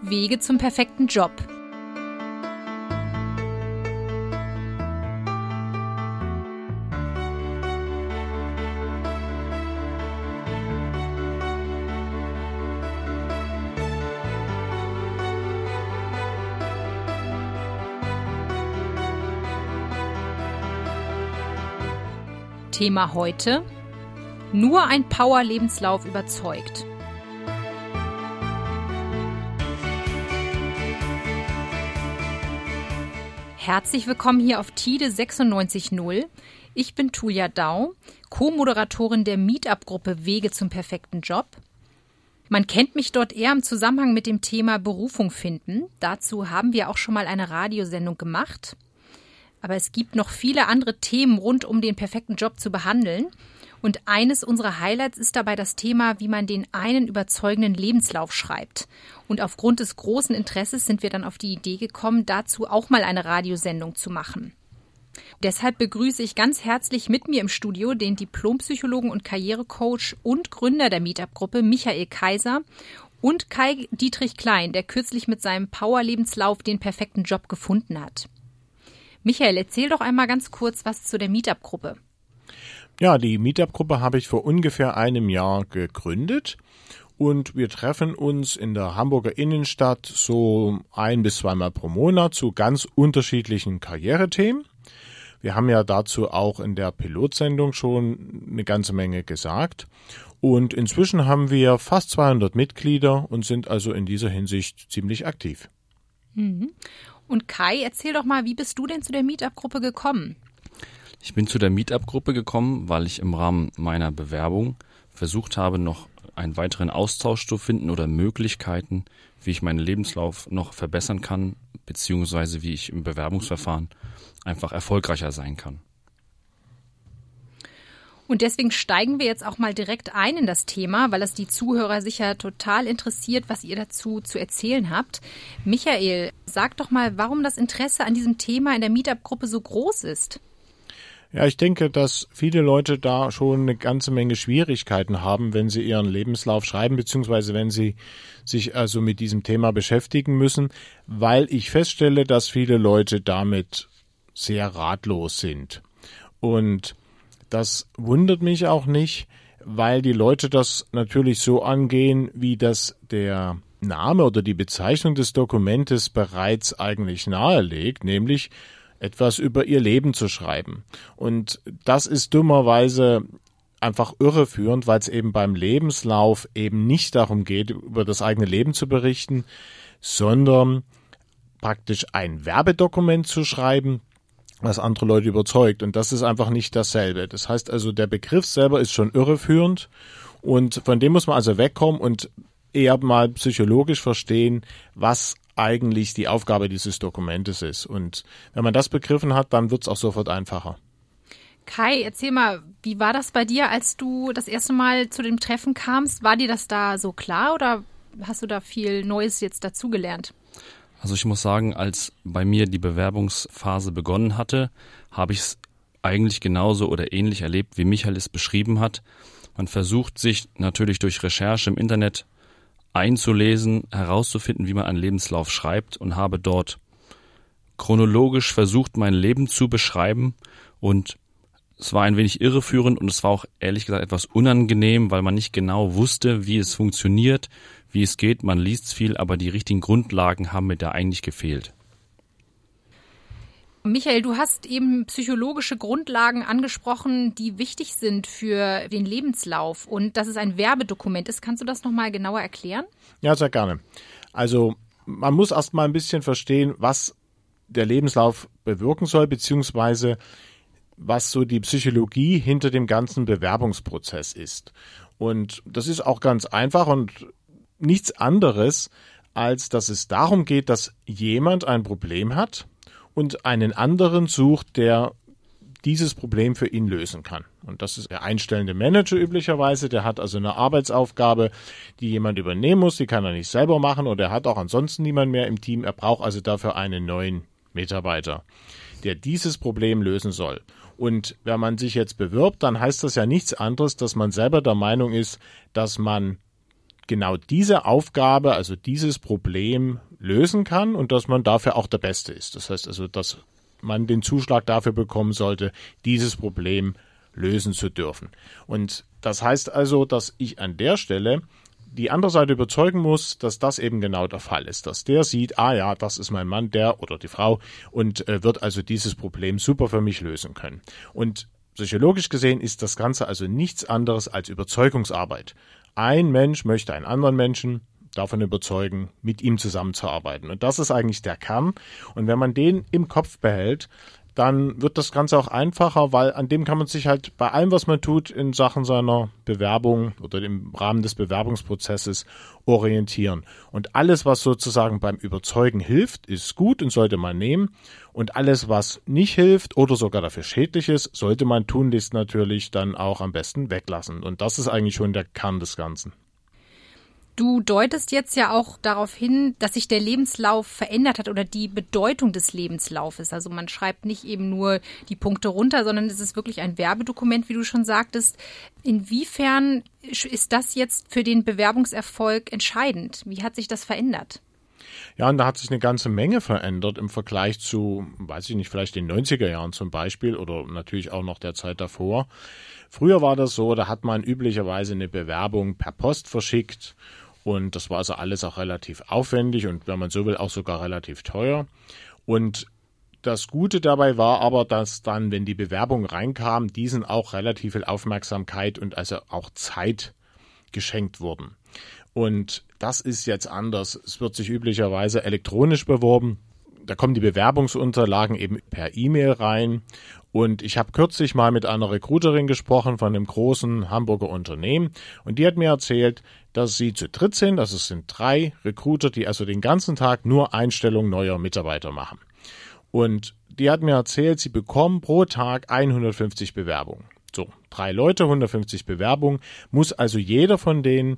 Wege zum perfekten Job. Thema heute: Nur ein Power-Lebenslauf überzeugt. Herzlich willkommen hier auf TIDE 96.0. Ich bin Tulia Dau, Co-Moderatorin der Meetup-Gruppe Wege zum perfekten Job. Man kennt mich dort eher im Zusammenhang mit dem Thema Berufung finden. Dazu haben wir auch schon mal eine Radiosendung gemacht. Aber es gibt noch viele andere Themen rund um den perfekten Job zu behandeln. Und eines unserer Highlights ist dabei das Thema, wie man den einen überzeugenden Lebenslauf schreibt. Und aufgrund des großen Interesses sind wir dann auf die Idee gekommen, dazu auch mal eine Radiosendung zu machen. Deshalb begrüße ich ganz herzlich mit mir im Studio den Diplompsychologen und Karrierecoach und Gründer der Meetup-Gruppe Michael Kaiser und Kai-Dietrich Klein, der kürzlich mit seinem Power-Lebenslauf den perfekten Job gefunden hat. Michael, erzähl doch einmal ganz kurz was zu der Meetup-Gruppe. Ja, die Meetup-Gruppe habe ich vor ungefähr einem Jahr gegründet und wir treffen uns in der Hamburger Innenstadt so 1- bis 2-mal pro Monat zu ganz unterschiedlichen Karrierethemen. Wir haben ja dazu auch in der Pilotsendung schon eine ganze Menge gesagt und inzwischen haben wir fast 200 Mitglieder und sind also in dieser Hinsicht ziemlich aktiv. Mhm. Und Kai, erzähl doch mal, wie bist du denn zu der Meetup-Gruppe gekommen? Ich bin zu der Meetup-Gruppe gekommen, weil ich im Rahmen meiner Bewerbung versucht habe, noch einen weiteren Austausch zu finden oder Möglichkeiten, wie ich meinen Lebenslauf noch verbessern kann, beziehungsweise wie ich im Bewerbungsverfahren einfach erfolgreicher sein kann. Und deswegen steigen wir jetzt auch mal direkt ein in das Thema, weil es die Zuhörer sicher total interessiert, was ihr dazu zu erzählen habt. Michael, sag doch mal, warum das Interesse an diesem Thema in der Meetup-Gruppe so groß ist. Ja, ich denke, dass viele Leute da schon eine ganze Menge Schwierigkeiten haben, wenn sie ihren Lebenslauf schreiben, beziehungsweise wenn sie sich also mit diesem Thema beschäftigen müssen, weil ich feststelle, dass viele Leute damit sehr ratlos sind. Und das wundert mich auch nicht, weil die Leute das natürlich so angehen, wie das der Name oder die Bezeichnung des Dokumentes bereits eigentlich nahelegt, nämlich etwas über ihr Leben zu schreiben. Und das ist dummerweise einfach irreführend, weil es eben beim Lebenslauf eben nicht darum geht, über das eigene Leben zu berichten, sondern praktisch ein Werbedokument zu schreiben, was andere Leute überzeugt. Und das ist einfach nicht dasselbe. Das heißt also, der Begriff selber ist schon irreführend und von dem muss man also wegkommen und eher mal psychologisch verstehen, was eigentlich die Aufgabe dieses Dokumentes ist. Und wenn man das begriffen hat, dann wird es auch sofort einfacher. Kai, erzähl mal, wie war das bei dir, als du das erste Mal zu dem Treffen kamst? War dir das da so klar oder hast du da viel Neues jetzt dazugelernt? Also ich muss sagen, als bei mir die Bewerbungsphase begonnen hatte, habe ich es eigentlich genauso oder ähnlich erlebt, wie Michael es beschrieben hat. Man versucht sich natürlich durch Recherche im Internet einzulesen, herauszufinden, wie man einen Lebenslauf schreibt und habe dort chronologisch versucht, mein Leben zu beschreiben und es war ein wenig irreführend und es war auch ehrlich gesagt etwas unangenehm, weil man nicht genau wusste, wie es funktioniert, wie es geht. Man liest viel, aber die richtigen Grundlagen haben mir da eigentlich gefehlt. Michael, du hast eben psychologische Grundlagen angesprochen, die wichtig sind für den Lebenslauf und dass es ein Werbedokument ist. Kannst du das nochmal genauer erklären? Ja, sehr gerne. Also man muss erst mal ein bisschen verstehen, was der Lebenslauf bewirken soll, beziehungsweise was so die Psychologie hinter dem ganzen Bewerbungsprozess ist. Und das ist auch ganz einfach und nichts anderes, als dass es darum geht, dass jemand ein Problem hat und einen anderen sucht, der dieses Problem für ihn lösen kann. Und das ist der einstellende Manager üblicherweise, der hat also eine Arbeitsaufgabe, die jemand übernehmen muss, die kann er nicht selber machen oder er hat auch ansonsten niemand mehr im Team, er braucht also dafür einen neuen Mitarbeiter, der dieses Problem lösen soll. Und wenn man sich jetzt bewirbt, dann heißt das ja nichts anderes, dass man selber der Meinung ist, dass man genau diese Aufgabe, also dieses Problem lösen kann und dass man dafür auch der Beste ist. Das heißt also, dass man den Zuschlag dafür bekommen sollte, dieses Problem lösen zu dürfen. Und das heißt also, dass ich an der Stelle die andere Seite überzeugen muss, dass das eben genau der Fall ist, dass der sieht, ja, das ist mein Mann, der oder die Frau und wird also dieses Problem super für mich lösen können. Und psychologisch gesehen ist das Ganze also nichts anderes als Überzeugungsarbeit. Ein Mensch möchte einen anderen Menschen davon überzeugen, mit ihm zusammenzuarbeiten. Und das ist eigentlich der Kern. Und wenn man den im Kopf behält, dann wird das Ganze auch einfacher, weil an dem kann man sich halt bei allem, was man tut, in Sachen seiner Bewerbung oder im Rahmen des Bewerbungsprozesses orientieren. Und alles, was sozusagen beim Überzeugen hilft, ist gut und sollte man nehmen. Und alles, was nicht hilft oder sogar dafür schädlich ist, sollte man tunlichst natürlich dann auch am besten weglassen. Und das ist eigentlich schon der Kern des Ganzen. Du deutest jetzt ja auch darauf hin, dass sich der Lebenslauf verändert hat oder die Bedeutung des Lebenslaufes. Also man schreibt nicht eben nur die Punkte runter, sondern es ist wirklich ein Werbedokument, wie du schon sagtest. Inwiefern ist das jetzt für den Bewerbungserfolg entscheidend? Wie hat sich das verändert? Ja, und da hat sich eine ganze Menge verändert im Vergleich zu, weiß ich nicht, vielleicht den 90er Jahren zum Beispiel oder natürlich auch noch der Zeit davor. Früher war das so, da hat man üblicherweise eine Bewerbung per Post verschickt. Und das war also alles auch relativ aufwendig und wenn man so will, auch sogar relativ teuer. Und das Gute dabei war aber, dass dann, wenn die Bewerbung reinkam, diesen auch relativ viel Aufmerksamkeit und also auch Zeit geschenkt wurden. Und das ist jetzt anders. Es wird sich üblicherweise elektronisch beworben. Da kommen die Bewerbungsunterlagen eben per E-Mail rein. Und ich habe kürzlich mal mit einer Recruiterin gesprochen von einem großen Hamburger Unternehmen. Und die hat mir erzählt, dass sie zu dritt sind. Also es sind 3 Recruiter, die also den ganzen Tag nur Einstellung neuer Mitarbeiter machen. Und die hat mir erzählt, sie bekommen pro Tag 150 Bewerbungen. So, 3 Leute, 150 Bewerbungen. Muss also jeder von denen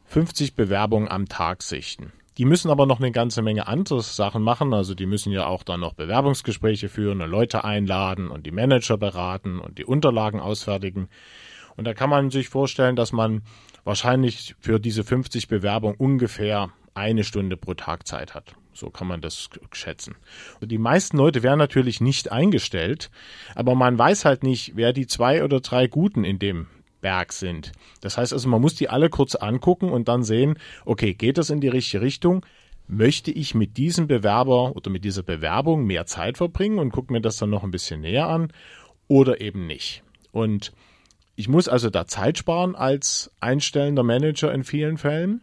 50 Bewerbungen am Tag sichten. Die müssen aber noch eine ganze Menge andere Sachen machen. Also die müssen ja auch dann noch Bewerbungsgespräche führen und Leute einladen und die Manager beraten und die Unterlagen ausfertigen. Und da kann man sich vorstellen, dass man wahrscheinlich für diese 50 Bewerbungen ungefähr 1 Stunde pro Tag Zeit hat. So kann man das schätzen. Und die meisten Leute werden natürlich nicht eingestellt, aber man weiß halt nicht, wer die 2 oder 3 Guten in dem Berg sind. Das heißt also, man muss die alle kurz angucken und dann sehen, okay, geht das in die richtige Richtung? Möchte ich mit diesem Bewerber oder mit dieser Bewerbung mehr Zeit verbringen und gucke mir das dann noch ein bisschen näher an oder eben nicht? Und ich muss also da Zeit sparen als einstellender Manager in vielen Fällen.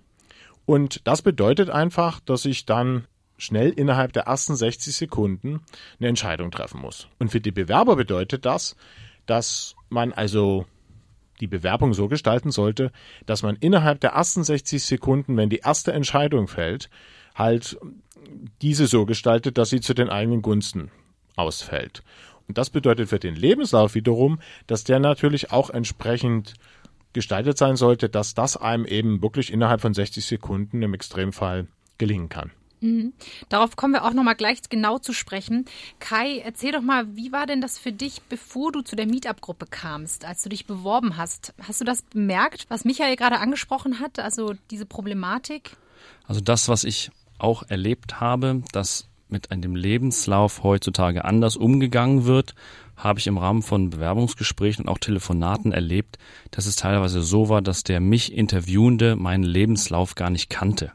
Und das bedeutet einfach, dass ich dann schnell innerhalb der ersten 60 Sekunden eine Entscheidung treffen muss. Und für die Bewerber bedeutet das, dass man also die Bewerbung so gestalten sollte, dass man innerhalb der ersten 60 Sekunden, wenn die erste Entscheidung fällt, halt diese so gestaltet, dass sie zu den eigenen Gunsten ausfällt. Und das bedeutet für den Lebenslauf wiederum, dass der natürlich auch entsprechend gestaltet sein sollte, dass das einem eben wirklich innerhalb von 60 Sekunden im Extremfall gelingen kann. Mhm. Darauf kommen wir auch noch mal gleich genau zu sprechen. Kai, erzähl doch mal, wie war denn das für dich, bevor du zu der Meetup-Gruppe kamst, als du dich beworben hast? Hast du das bemerkt, was Michael gerade angesprochen hat, also diese Problematik? Also das, was ich auch erlebt habe, dass mit einem Lebenslauf heutzutage anders umgegangen wird, habe ich im Rahmen von Bewerbungsgesprächen und auch Telefonaten erlebt, dass es teilweise so war, dass der mich Interviewende meinen Lebenslauf gar nicht kannte.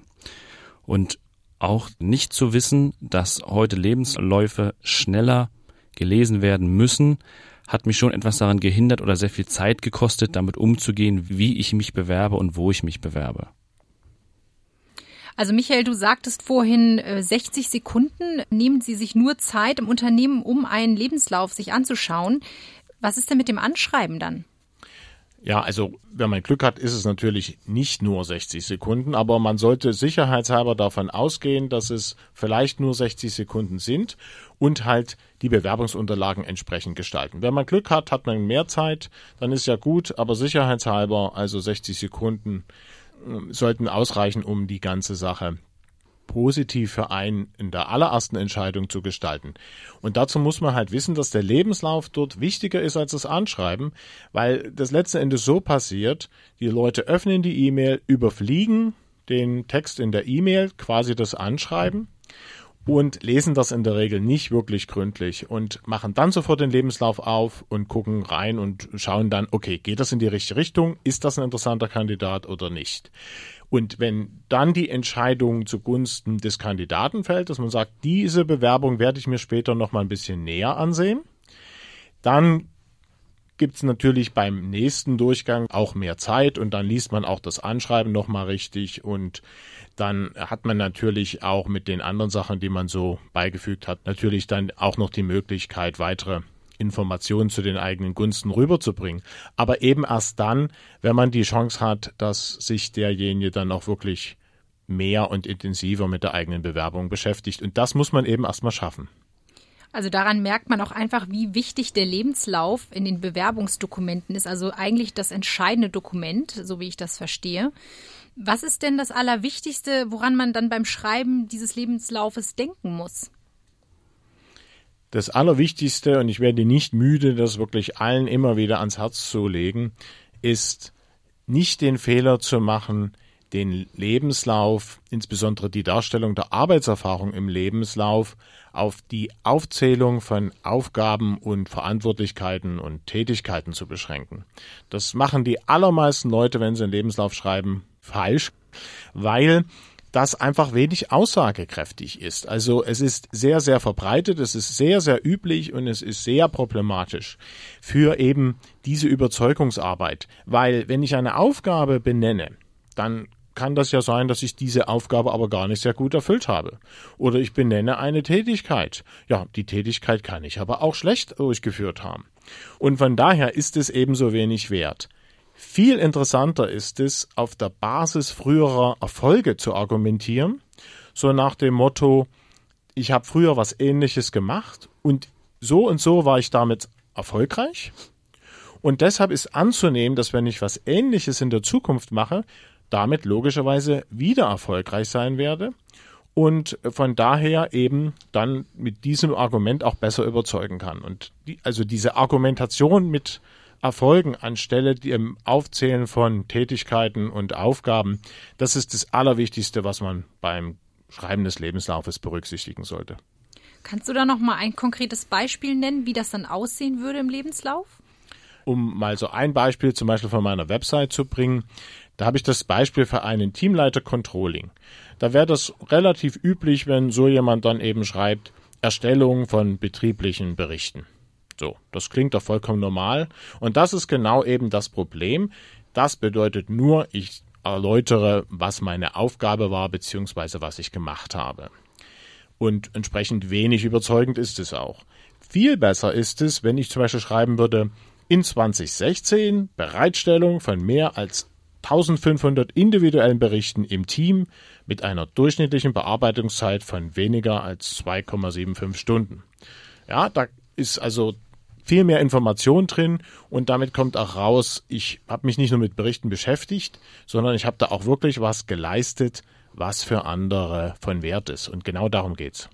Und auch nicht zu wissen, dass heute Lebensläufe schneller gelesen werden müssen, hat mich schon etwas daran gehindert oder sehr viel Zeit gekostet, damit umzugehen, wie ich mich bewerbe und wo ich mich bewerbe. Also Michael, du sagtest vorhin, 60 Sekunden nehmen Sie sich nur Zeit im Unternehmen, um einen Lebenslauf sich anzuschauen. Was ist denn mit dem Anschreiben dann? Ja, also wenn man Glück hat, ist es natürlich nicht nur 60 Sekunden, aber man sollte sicherheitshalber davon ausgehen, dass es vielleicht nur 60 Sekunden sind und halt die Bewerbungsunterlagen entsprechend gestalten. Wenn man Glück hat, hat man mehr Zeit, dann ist ja gut, aber sicherheitshalber, also 60 Sekunden sollten ausreichen, um die ganze Sache positiv für einen in der allerersten Entscheidung zu gestalten. Und dazu muss man halt wissen, dass der Lebenslauf dort wichtiger ist als das Anschreiben, weil das letzten Endes so passiert, die Leute öffnen die E-Mail, überfliegen den Text in der E-Mail, quasi das Anschreiben, und lesen das in der Regel nicht wirklich gründlich und machen dann sofort den Lebenslauf auf und gucken rein und schauen dann, okay, geht das in die richtige Richtung? Ist das ein interessanter Kandidat oder nicht? Und wenn dann die Entscheidung zugunsten des Kandidaten fällt, dass man sagt, diese Bewerbung werde ich mir später noch mal ein bisschen näher ansehen, dann gibt es natürlich beim nächsten Durchgang auch mehr Zeit und dann liest man auch das Anschreiben nochmal richtig und dann hat man natürlich auch mit den anderen Sachen, die man so beigefügt hat, natürlich dann auch noch die Möglichkeit, weitere Informationen zu den eigenen Gunsten rüberzubringen. Aber eben erst dann, wenn man die Chance hat, dass sich derjenige dann auch wirklich mehr und intensiver mit der eigenen Bewerbung beschäftigt. Und das muss man eben erstmal schaffen. Also daran merkt man auch einfach, wie wichtig der Lebenslauf in den Bewerbungsdokumenten ist. Also eigentlich das entscheidende Dokument, so wie ich das verstehe. Was ist denn das Allerwichtigste, woran man dann beim Schreiben dieses Lebenslaufes denken muss? Das Allerwichtigste, und ich werde nicht müde, das wirklich allen immer wieder ans Herz zu legen, ist nicht den Fehler zu machen, den Lebenslauf, insbesondere die Darstellung der Arbeitserfahrung im Lebenslauf, auf die Aufzählung von Aufgaben und Verantwortlichkeiten und Tätigkeiten zu beschränken. Das machen die allermeisten Leute, wenn sie einen Lebenslauf schreiben, falsch, weil das einfach wenig aussagekräftig ist. Also es ist sehr, sehr verbreitet, es ist sehr, sehr üblich und es ist sehr problematisch für eben diese Überzeugungsarbeit. Weil wenn ich eine Aufgabe benenne, dann kann das ja sein, dass ich diese Aufgabe aber gar nicht sehr gut erfüllt habe. Oder ich benenne eine Tätigkeit. Ja, die Tätigkeit kann ich aber auch schlecht durchgeführt haben. Und von daher ist es ebenso wenig wert. Viel interessanter ist es, auf der Basis früherer Erfolge zu argumentieren, so nach dem Motto, ich habe früher was Ähnliches gemacht und so war ich damit erfolgreich. Und deshalb ist anzunehmen, dass wenn ich was Ähnliches in der Zukunft mache, damit logischerweise wieder erfolgreich sein werde und von daher eben dann mit diesem Argument auch besser überzeugen kann. Und also diese Argumentation mit Erfolgen anstelle dem Aufzählen von Tätigkeiten und Aufgaben, das ist das Allerwichtigste, was man beim Schreiben des Lebenslaufes berücksichtigen sollte. Kannst du da noch mal ein konkretes Beispiel nennen, wie das dann aussehen würde im Lebenslauf? Um mal so ein Beispiel zum Beispiel von meiner Website zu bringen, da habe ich das Beispiel für einen Teamleiter Controlling. Da wäre das relativ üblich, wenn so jemand dann eben schreibt, Erstellung von betrieblichen Berichten. So, das klingt doch vollkommen normal. Und das ist genau eben das Problem. Das bedeutet nur, ich erläutere, was meine Aufgabe war, beziehungsweise was ich gemacht habe. Und entsprechend wenig überzeugend ist es auch. Viel besser ist es, wenn ich zum Beispiel schreiben würde, in 2016 Bereitstellung von mehr als 1500 individuellen Berichten im Team mit einer durchschnittlichen Bearbeitungszeit von weniger als 2,75 Stunden. Ja, da ist also viel mehr Information drin und damit kommt auch raus, ich habe mich nicht nur mit Berichten beschäftigt, sondern ich habe da auch wirklich was geleistet, was für andere von Wert ist. Und genau darum geht's.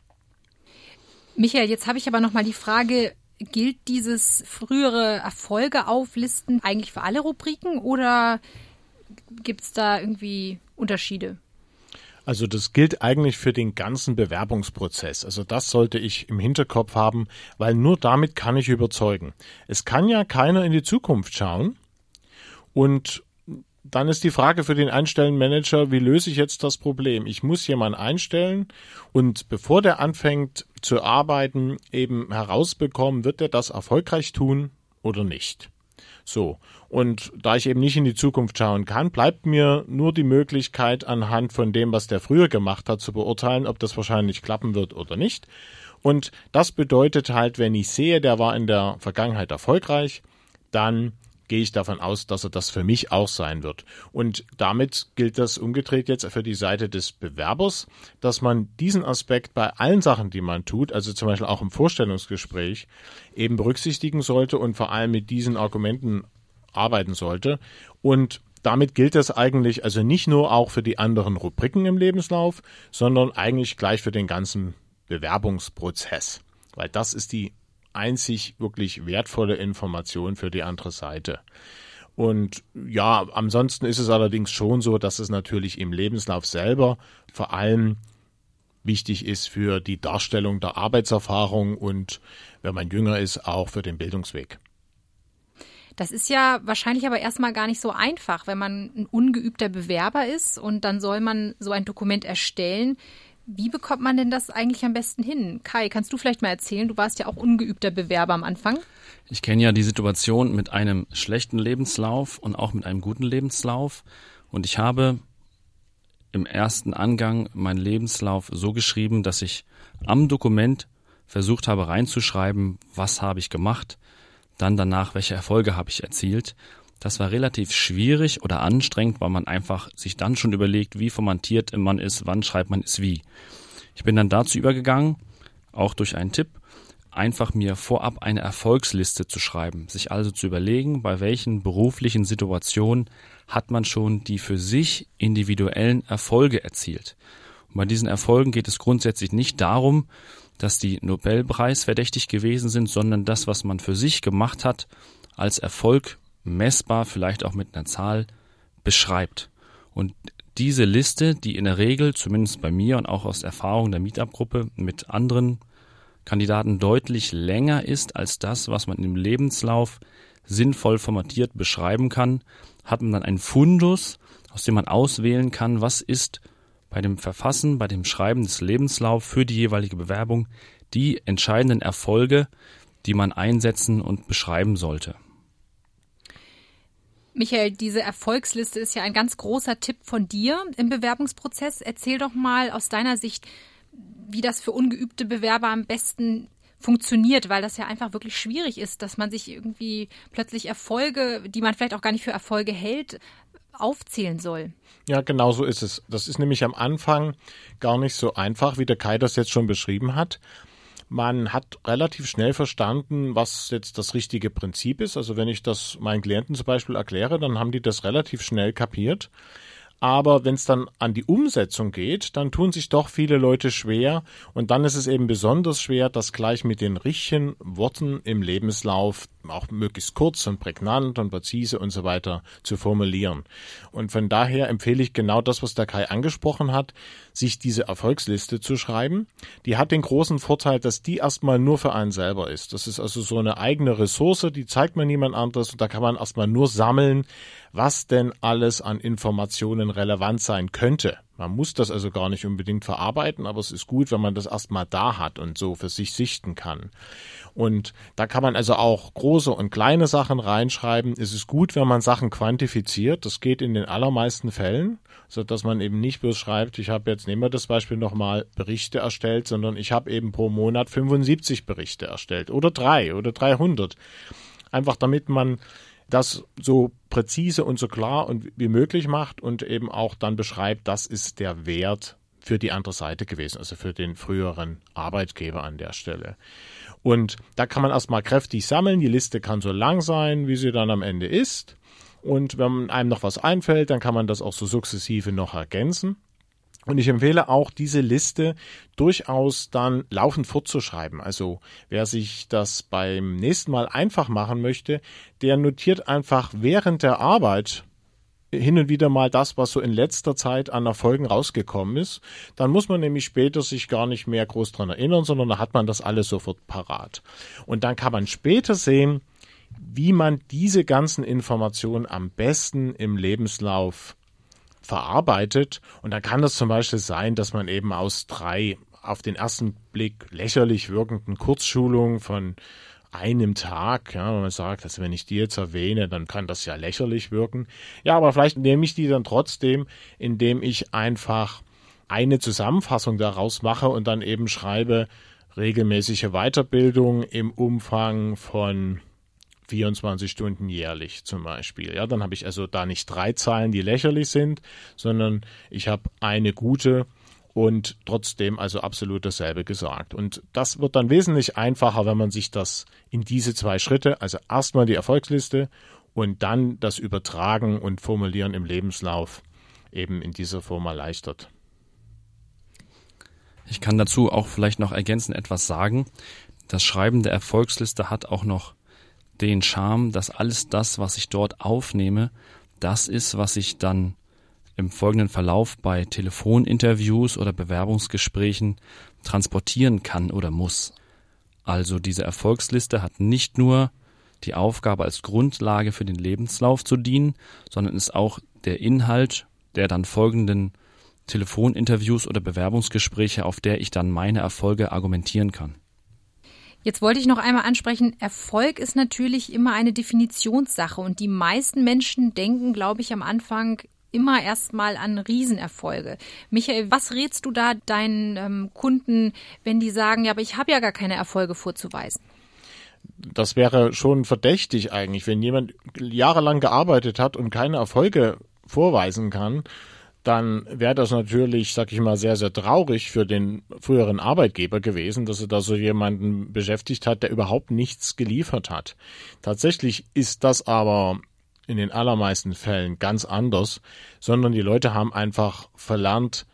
Michael, jetzt habe ich aber noch mal die Frage, gilt dieses frühere Erfolge auflisten eigentlich für alle Rubriken oder gibt es da irgendwie Unterschiede? Also das gilt eigentlich für den ganzen Bewerbungsprozess. Also das sollte ich im Hinterkopf haben, weil nur damit kann ich überzeugen. Es kann ja keiner in die Zukunft schauen und dann ist die Frage für den Einstellenmanager, wie löse ich jetzt das Problem? Ich muss jemanden einstellen und bevor der anfängt zu arbeiten, eben herausbekommen, wird er das erfolgreich tun oder nicht. So, und da ich eben nicht in die Zukunft schauen kann, bleibt mir nur die Möglichkeit, anhand von dem, was der früher gemacht hat, zu beurteilen, ob das wahrscheinlich klappen wird oder nicht. Und das bedeutet halt, wenn ich sehe, der war in der Vergangenheit erfolgreich, dann gehe ich davon aus, dass er das für mich auch sein wird. Und damit gilt das umgedreht jetzt für die Seite des Bewerbers, dass man diesen Aspekt bei allen Sachen, die man tut, also zum Beispiel auch im Vorstellungsgespräch, eben berücksichtigen sollte und vor allem mit diesen Argumenten arbeiten sollte. Und damit gilt das eigentlich also nicht nur auch für die anderen Rubriken im Lebenslauf, sondern eigentlich gleich für den ganzen Bewerbungsprozess. Weil das ist die einzig wirklich wertvolle Information für die andere Seite. Und ja, ansonsten ist es allerdings schon so, dass es natürlich im Lebenslauf selber vor allem wichtig ist für die Darstellung der Arbeitserfahrung und, wenn man jünger ist, auch für den Bildungsweg. Das ist ja wahrscheinlich aber erstmal gar nicht so einfach, wenn man ein ungeübter Bewerber ist und dann soll man so ein Dokument erstellen. Wie bekommt man denn das eigentlich am besten hin? Kai, kannst du vielleicht mal erzählen? Du warst ja auch ungeübter Bewerber am Anfang. Ich kenne ja die Situation mit einem schlechten Lebenslauf und auch mit einem guten Lebenslauf. Und ich habe im ersten Angang meinen Lebenslauf so geschrieben, dass ich am Dokument versucht habe reinzuschreiben, was habe ich gemacht, dann danach, welche Erfolge habe ich erzielt. Das war relativ schwierig oder anstrengend, weil man einfach sich dann schon überlegt, wie formatiert man ist, wann schreibt man es wie. Ich bin dann dazu übergegangen, auch durch einen Tipp, einfach mir vorab eine Erfolgsliste zu schreiben, sich also zu überlegen, bei welchen beruflichen Situationen hat man schon die für sich individuellen Erfolge erzielt. Und bei diesen Erfolgen geht es grundsätzlich nicht darum, dass die Nobelpreis verdächtig gewesen sind, sondern das, was man für sich gemacht hat, als Erfolg messbar, vielleicht auch mit einer Zahl, beschreibt. Und diese Liste, die in der Regel, zumindest bei mir und auch aus Erfahrung der Meetup-Gruppe mit anderen Kandidaten deutlich länger ist als das, was man im Lebenslauf sinnvoll formatiert beschreiben kann, hat man dann einen Fundus, aus dem man auswählen kann, was ist bei dem Verfassen, bei dem Schreiben des Lebenslaufs für die jeweilige Bewerbung die entscheidenden Erfolge, die man einsetzen und beschreiben sollte. Michael, diese Erfolgsliste ist ja ein ganz großer Tipp von dir im Bewerbungsprozess. Erzähl doch mal aus deiner Sicht, wie das für ungeübte Bewerber am besten funktioniert, weil das ja einfach wirklich schwierig ist, dass man sich irgendwie plötzlich Erfolge, die man vielleicht auch gar nicht für Erfolge hält, aufzählen soll. Ja, genau so ist es. Das ist nämlich am Anfang gar nicht so einfach, wie der Kai das jetzt schon beschrieben hat. Man hat relativ schnell verstanden, was jetzt das richtige Prinzip ist. Also wenn ich das meinen Klienten zum Beispiel erkläre, dann haben die das relativ schnell kapiert. Aber wenn es dann an die Umsetzung geht, dann tun sich doch viele Leute schwer. Und dann ist es eben besonders schwer, das gleich mit den richtigen Worten im Lebenslauf, auch möglichst kurz und prägnant und präzise und so weiter zu formulieren. Und von daher empfehle ich genau das, was der Kai angesprochen hat, sich diese Erfolgsliste zu schreiben. Die hat den großen Vorteil, dass die erstmal nur für einen selber ist. Das ist also so eine eigene Ressource, die zeigt man niemand anderes und da kann man erstmal nur sammeln, was denn alles an Informationen relevant sein könnte. Man muss das also gar nicht unbedingt verarbeiten, aber es ist gut, wenn man das erstmal da hat und so für sich sichten kann. Und da kann man also auch große und kleine Sachen reinschreiben. Es ist gut, wenn man Sachen quantifiziert. Das geht in den allermeisten Fällen, so dass man eben nicht bloß schreibt, ich habe jetzt, nehmen wir das Beispiel nochmal, Berichte erstellt, sondern ich habe eben pro Monat 75 Berichte erstellt oder 3 oder 300. Einfach damit man das so präzise und so klar und wie möglich macht und eben auch dann beschreibt, das ist der Wert für die andere Seite gewesen, also für den früheren Arbeitgeber an der Stelle. Und da kann man erstmal kräftig sammeln. Die Liste kann so lang sein, wie sie dann am Ende ist. Und wenn einem noch was einfällt, dann kann man das auch so sukzessive noch ergänzen. Und ich empfehle auch, diese Liste durchaus dann laufend fortzuschreiben. Also wer sich das beim nächsten Mal einfach machen möchte, der notiert einfach während der Arbeit hin und wieder mal das, was so in letzter Zeit an Erfolgen rausgekommen ist. Dann muss man nämlich später sich gar nicht mehr groß dran erinnern, sondern da hat man das alles sofort parat. Und dann kann man später sehen, wie man diese ganzen Informationen am besten im Lebenslauf verarbeitet. Und dann kann das zum Beispiel sein, dass man eben aus 3 auf den ersten Blick lächerlich wirkenden Kurzschulungen von einem Tag, ja, wenn man sagt, also wenn ich die jetzt erwähne, dann kann das ja lächerlich wirken. Ja, aber vielleicht nehme ich die dann trotzdem, indem ich einfach eine Zusammenfassung daraus mache und dann eben schreibe, regelmäßige Weiterbildung im Umfang von 24 Stunden jährlich zum Beispiel. Ja, dann habe ich also da nicht 3 Zahlen, die lächerlich sind, sondern ich habe eine gute und trotzdem also absolut dasselbe gesagt. Und das wird dann wesentlich einfacher, wenn man sich das in diese 2 Schritte, also erstmal die Erfolgsliste und dann das Übertragen und Formulieren im Lebenslauf eben in dieser Form erleichtert. Ich kann dazu auch vielleicht noch ergänzend etwas sagen. Das Schreiben der Erfolgsliste hat auch noch den Charme, dass alles das, was ich dort aufnehme, das ist, was ich dann im folgenden Verlauf bei Telefoninterviews oder Bewerbungsgesprächen transportieren kann oder muss. Also diese Erfolgsliste hat nicht nur die Aufgabe als Grundlage für den Lebenslauf zu dienen, sondern ist auch der Inhalt der dann folgenden Telefoninterviews oder Bewerbungsgespräche, auf der ich dann meine Erfolge argumentieren kann. Jetzt wollte ich noch einmal ansprechen, Erfolg ist natürlich immer eine Definitionssache und die meisten Menschen denken, glaube ich, am Anfang immer erstmal an Riesenerfolge. Michael, was rätst du da deinen Kunden, wenn die sagen, ja, aber ich habe ja gar keine Erfolge vorzuweisen? Das wäre schon verdächtig eigentlich, wenn jemand jahrelang gearbeitet hat und keine Erfolge vorweisen kann, dann wäre das natürlich, sag ich mal, sehr, sehr traurig für den früheren Arbeitgeber gewesen, dass er da so jemanden beschäftigt hat, der überhaupt nichts geliefert hat. Tatsächlich ist das aber in den allermeisten Fällen ganz anders, sondern die Leute haben einfach verlernt,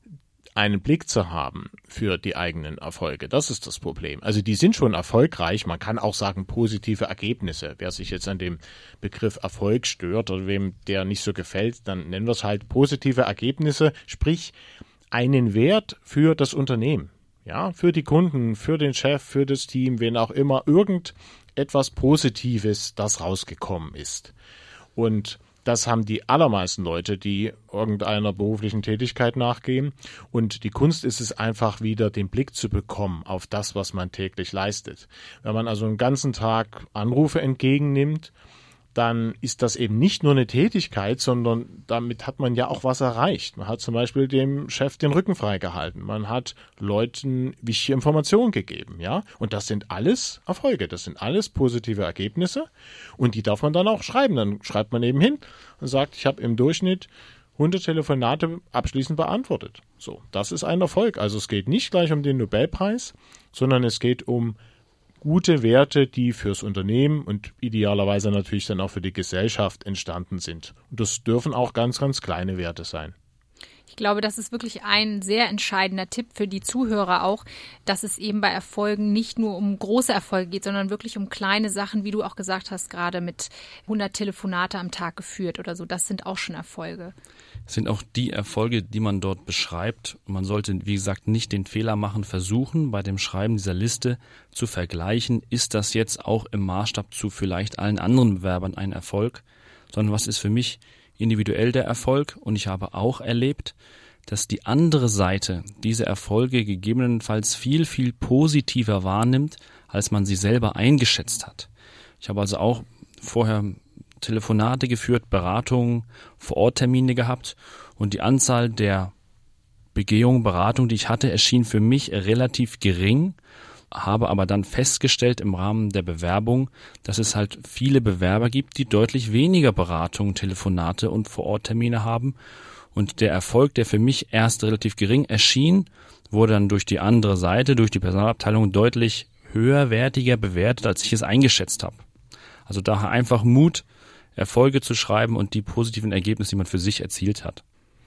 einen Blick zu haben für die eigenen Erfolge. Das ist das Problem. Also die sind schon erfolgreich. Man kann auch sagen positive Ergebnisse. Wer sich jetzt an dem Begriff Erfolg stört oder wem der nicht so gefällt, dann nennen wir es halt positive Ergebnisse, sprich einen Wert für das Unternehmen. Ja, für die Kunden, für den Chef, für das Team, wen auch immer, irgendetwas Positives, das rausgekommen ist. Und das haben die allermeisten Leute, die irgendeiner beruflichen Tätigkeit nachgehen. Und die Kunst ist es einfach wieder, den Blick zu bekommen auf das, was man täglich leistet. Wenn man also einen ganzen Tag Anrufe entgegennimmt, dann ist das eben nicht nur eine Tätigkeit, sondern damit hat man ja auch was erreicht. Man hat zum Beispiel dem Chef den Rücken freigehalten. Man hat Leuten wichtige Informationen gegeben, ja. Und das sind alles Erfolge. Das sind alles positive Ergebnisse. Und die darf man dann auch schreiben. Dann schreibt man eben hin und sagt, ich habe im Durchschnitt 100 Telefonate abschließend beantwortet. So, das ist ein Erfolg. Also es geht nicht gleich um den Nobelpreis, sondern es geht um gute Werte, die fürs Unternehmen und idealerweise natürlich dann auch für die Gesellschaft entstanden sind. Und das dürfen auch ganz, ganz kleine Werte sein. Ich glaube, das ist wirklich ein sehr entscheidender Tipp für die Zuhörer auch, dass es eben bei Erfolgen nicht nur um große Erfolge geht, sondern wirklich um kleine Sachen, wie du auch gesagt hast, gerade mit 100 Telefonate am Tag geführt oder so. Das sind auch schon Erfolge. Es sind auch die Erfolge, die man dort beschreibt. Man sollte, wie gesagt, nicht den Fehler machen, versuchen, bei dem Schreiben dieser Liste zu vergleichen, ist das jetzt auch im Maßstab zu vielleicht allen anderen Bewerbern ein Erfolg, sondern was ist für mich individuell der Erfolg. Und ich habe auch erlebt, dass die andere Seite diese Erfolge gegebenenfalls viel, viel positiver wahrnimmt, als man sie selber eingeschätzt hat. Ich habe also auch vorher Telefonate geführt, Beratungen, Vor-Ort-Termine gehabt und die Anzahl der Begehungen, Beratungen, die ich hatte, erschien für mich relativ gering, habe aber dann festgestellt im Rahmen der Bewerbung, dass es halt viele Bewerber gibt, die deutlich weniger Beratungen, Telefonate und Vor-Ort-Termine haben. Und der Erfolg, der für mich erst relativ gering erschien, wurde dann durch die andere Seite, durch die Personalabteilung deutlich höherwertiger bewertet, als ich es eingeschätzt habe. Also daher einfach Mut, Erfolge zu schreiben und die positiven Ergebnisse, die man für sich erzielt hat.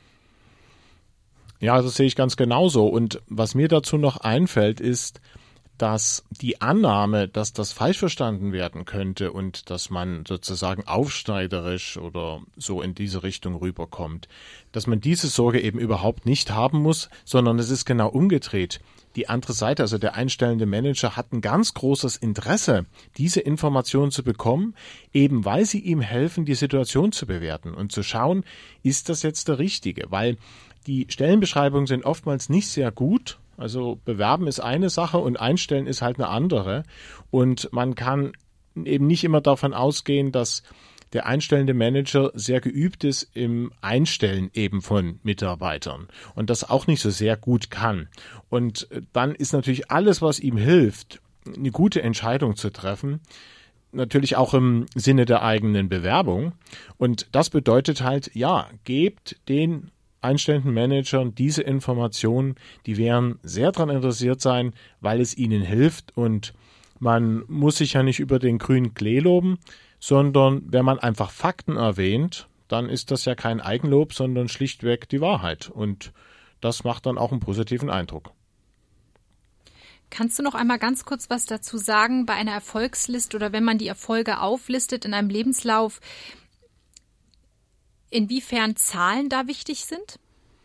Ja, das sehe ich ganz genauso. Und was mir dazu noch einfällt, ist, dass die Annahme, dass das falsch verstanden werden könnte und dass man sozusagen aufschneiderisch oder so in diese Richtung rüberkommt, dass man diese Sorge eben überhaupt nicht haben muss, sondern es ist genau umgedreht. Die andere Seite, also der einstellende Manager, hat ein ganz großes Interesse, diese Informationen zu bekommen, eben weil sie ihm helfen, die Situation zu bewerten und zu schauen, ist das jetzt der Richtige? Weil die Stellenbeschreibungen sind oftmals nicht sehr gut. Also bewerben ist eine Sache und einstellen ist halt eine andere. Und man kann eben nicht immer davon ausgehen, dass der einstellende Manager sehr geübt ist im Einstellen eben von Mitarbeitern und das auch nicht so sehr gut kann. Und dann ist natürlich alles, was ihm hilft, eine gute Entscheidung zu treffen, natürlich auch im Sinne der eigenen Bewerbung. Und das bedeutet halt, ja, gebt den einstellenden Managern diese Informationen, die werden sehr daran interessiert sein, weil es ihnen hilft und man muss sich ja nicht über den grünen Klee loben, sondern wenn man einfach Fakten erwähnt, dann ist das ja kein Eigenlob, sondern schlichtweg die Wahrheit und das macht dann auch einen positiven Eindruck. Kannst du noch einmal ganz kurz was dazu sagen bei einer Erfolgsliste oder wenn man die Erfolge auflistet in einem Lebenslauf, inwiefern Zahlen da wichtig sind?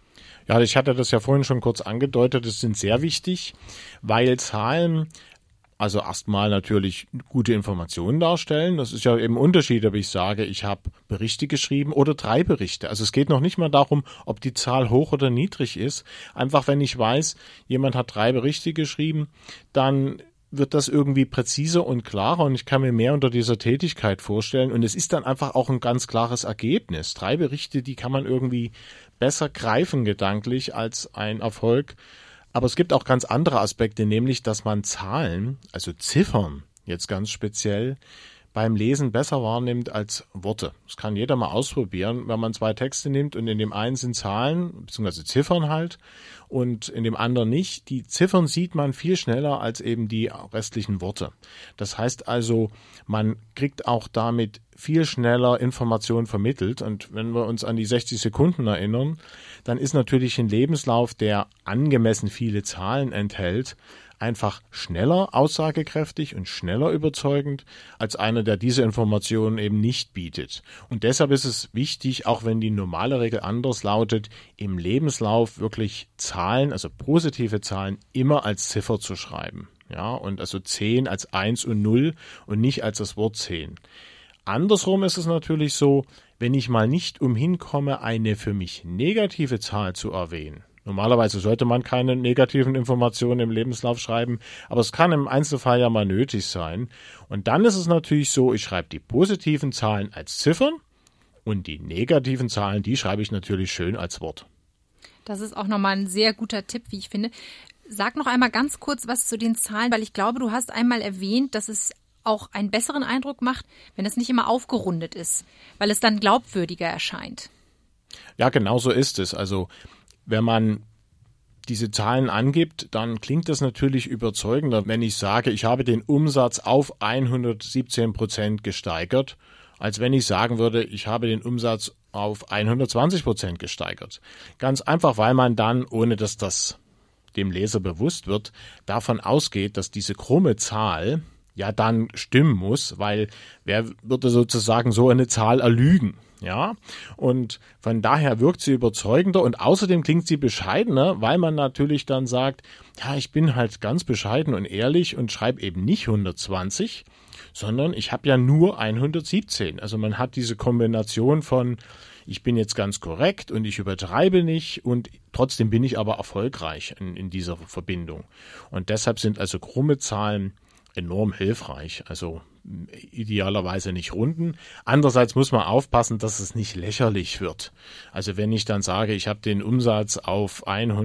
Ja, ich hatte das ja vorhin schon kurz angedeutet, es sind sehr wichtig, weil Zahlen also erstmal natürlich gute Informationen darstellen. Das ist ja eben ein Unterschied, ob ich sage, ich habe Berichte geschrieben oder 3 Berichte. Also es geht noch nicht mal darum, ob die Zahl hoch oder niedrig ist. Einfach wenn ich weiß, jemand hat 3 Berichte geschrieben, dann wird das irgendwie präziser und klarer und ich kann mir mehr unter dieser Tätigkeit vorstellen. Und es ist dann einfach auch ein ganz klares Ergebnis. 3 Berichte, die kann man irgendwie besser greifen gedanklich als ein Erfolg. Aber es gibt auch ganz andere Aspekte, nämlich, dass man Zahlen, also Ziffern jetzt ganz speziell, beim Lesen besser wahrnimmt als Worte. Das kann jeder mal ausprobieren, wenn man 2 Texte nimmt und in dem einen sind Zahlen, beziehungsweise Ziffern halt, und in dem anderen nicht. Die Ziffern sieht man viel schneller als eben die restlichen Worte. Das heißt also, man kriegt auch damit viel schneller Informationen vermittelt. Und wenn wir uns an die 60 Sekunden erinnern, dann ist natürlich ein Lebenslauf, der angemessen viele Zahlen enthält, einfach schneller aussagekräftig und schneller überzeugend als einer, der diese Informationen eben nicht bietet. Und deshalb ist es wichtig, auch wenn die normale Regel anders lautet, im Lebenslauf wirklich Zahlen, also positive Zahlen, immer als Ziffer zu schreiben. Ja, und also 10 als 1 und 0 und nicht als das Wort 10. Andersrum ist es natürlich so, wenn ich mal nicht umhin komme, eine für mich negative Zahl zu erwähnen. Normalerweise sollte man keine negativen Informationen im Lebenslauf schreiben, aber es kann im Einzelfall ja mal nötig sein. Und dann ist es natürlich so, ich schreibe die positiven Zahlen als Ziffern und die negativen Zahlen, die schreibe ich natürlich schön als Wort. Das ist auch nochmal ein sehr guter Tipp, wie ich finde. Sag noch einmal ganz kurz was zu den Zahlen, weil ich glaube, du hast einmal erwähnt, dass es auch einen besseren Eindruck macht, wenn es nicht immer aufgerundet ist, weil es dann glaubwürdiger erscheint. Ja, genau so ist es. Also wenn man diese Zahlen angibt, dann klingt das natürlich überzeugender, wenn ich sage, ich habe den Umsatz auf 117% gesteigert, als wenn ich sagen würde, ich habe den Umsatz auf 120% gesteigert. Ganz einfach, weil man dann, ohne dass das dem Leser bewusst wird, davon ausgeht, dass diese krumme Zahl ja dann stimmen muss, weil wer würde sozusagen so eine Zahl erlügen? Ja, und von daher wirkt sie überzeugender und außerdem klingt sie bescheidener, weil man natürlich dann sagt, ja, ich bin halt ganz bescheiden und ehrlich und schreibe eben nicht 120, sondern ich habe ja nur 117. Also man hat diese Kombination von, ich bin jetzt ganz korrekt und ich übertreibe nicht und trotzdem bin ich aber erfolgreich in dieser Verbindung. Und deshalb sind also krumme Zahlen enorm hilfreich, also idealerweise nicht runden. Andererseits muss man aufpassen, dass es nicht lächerlich wird. Also wenn ich dann sage, ich habe den Umsatz auf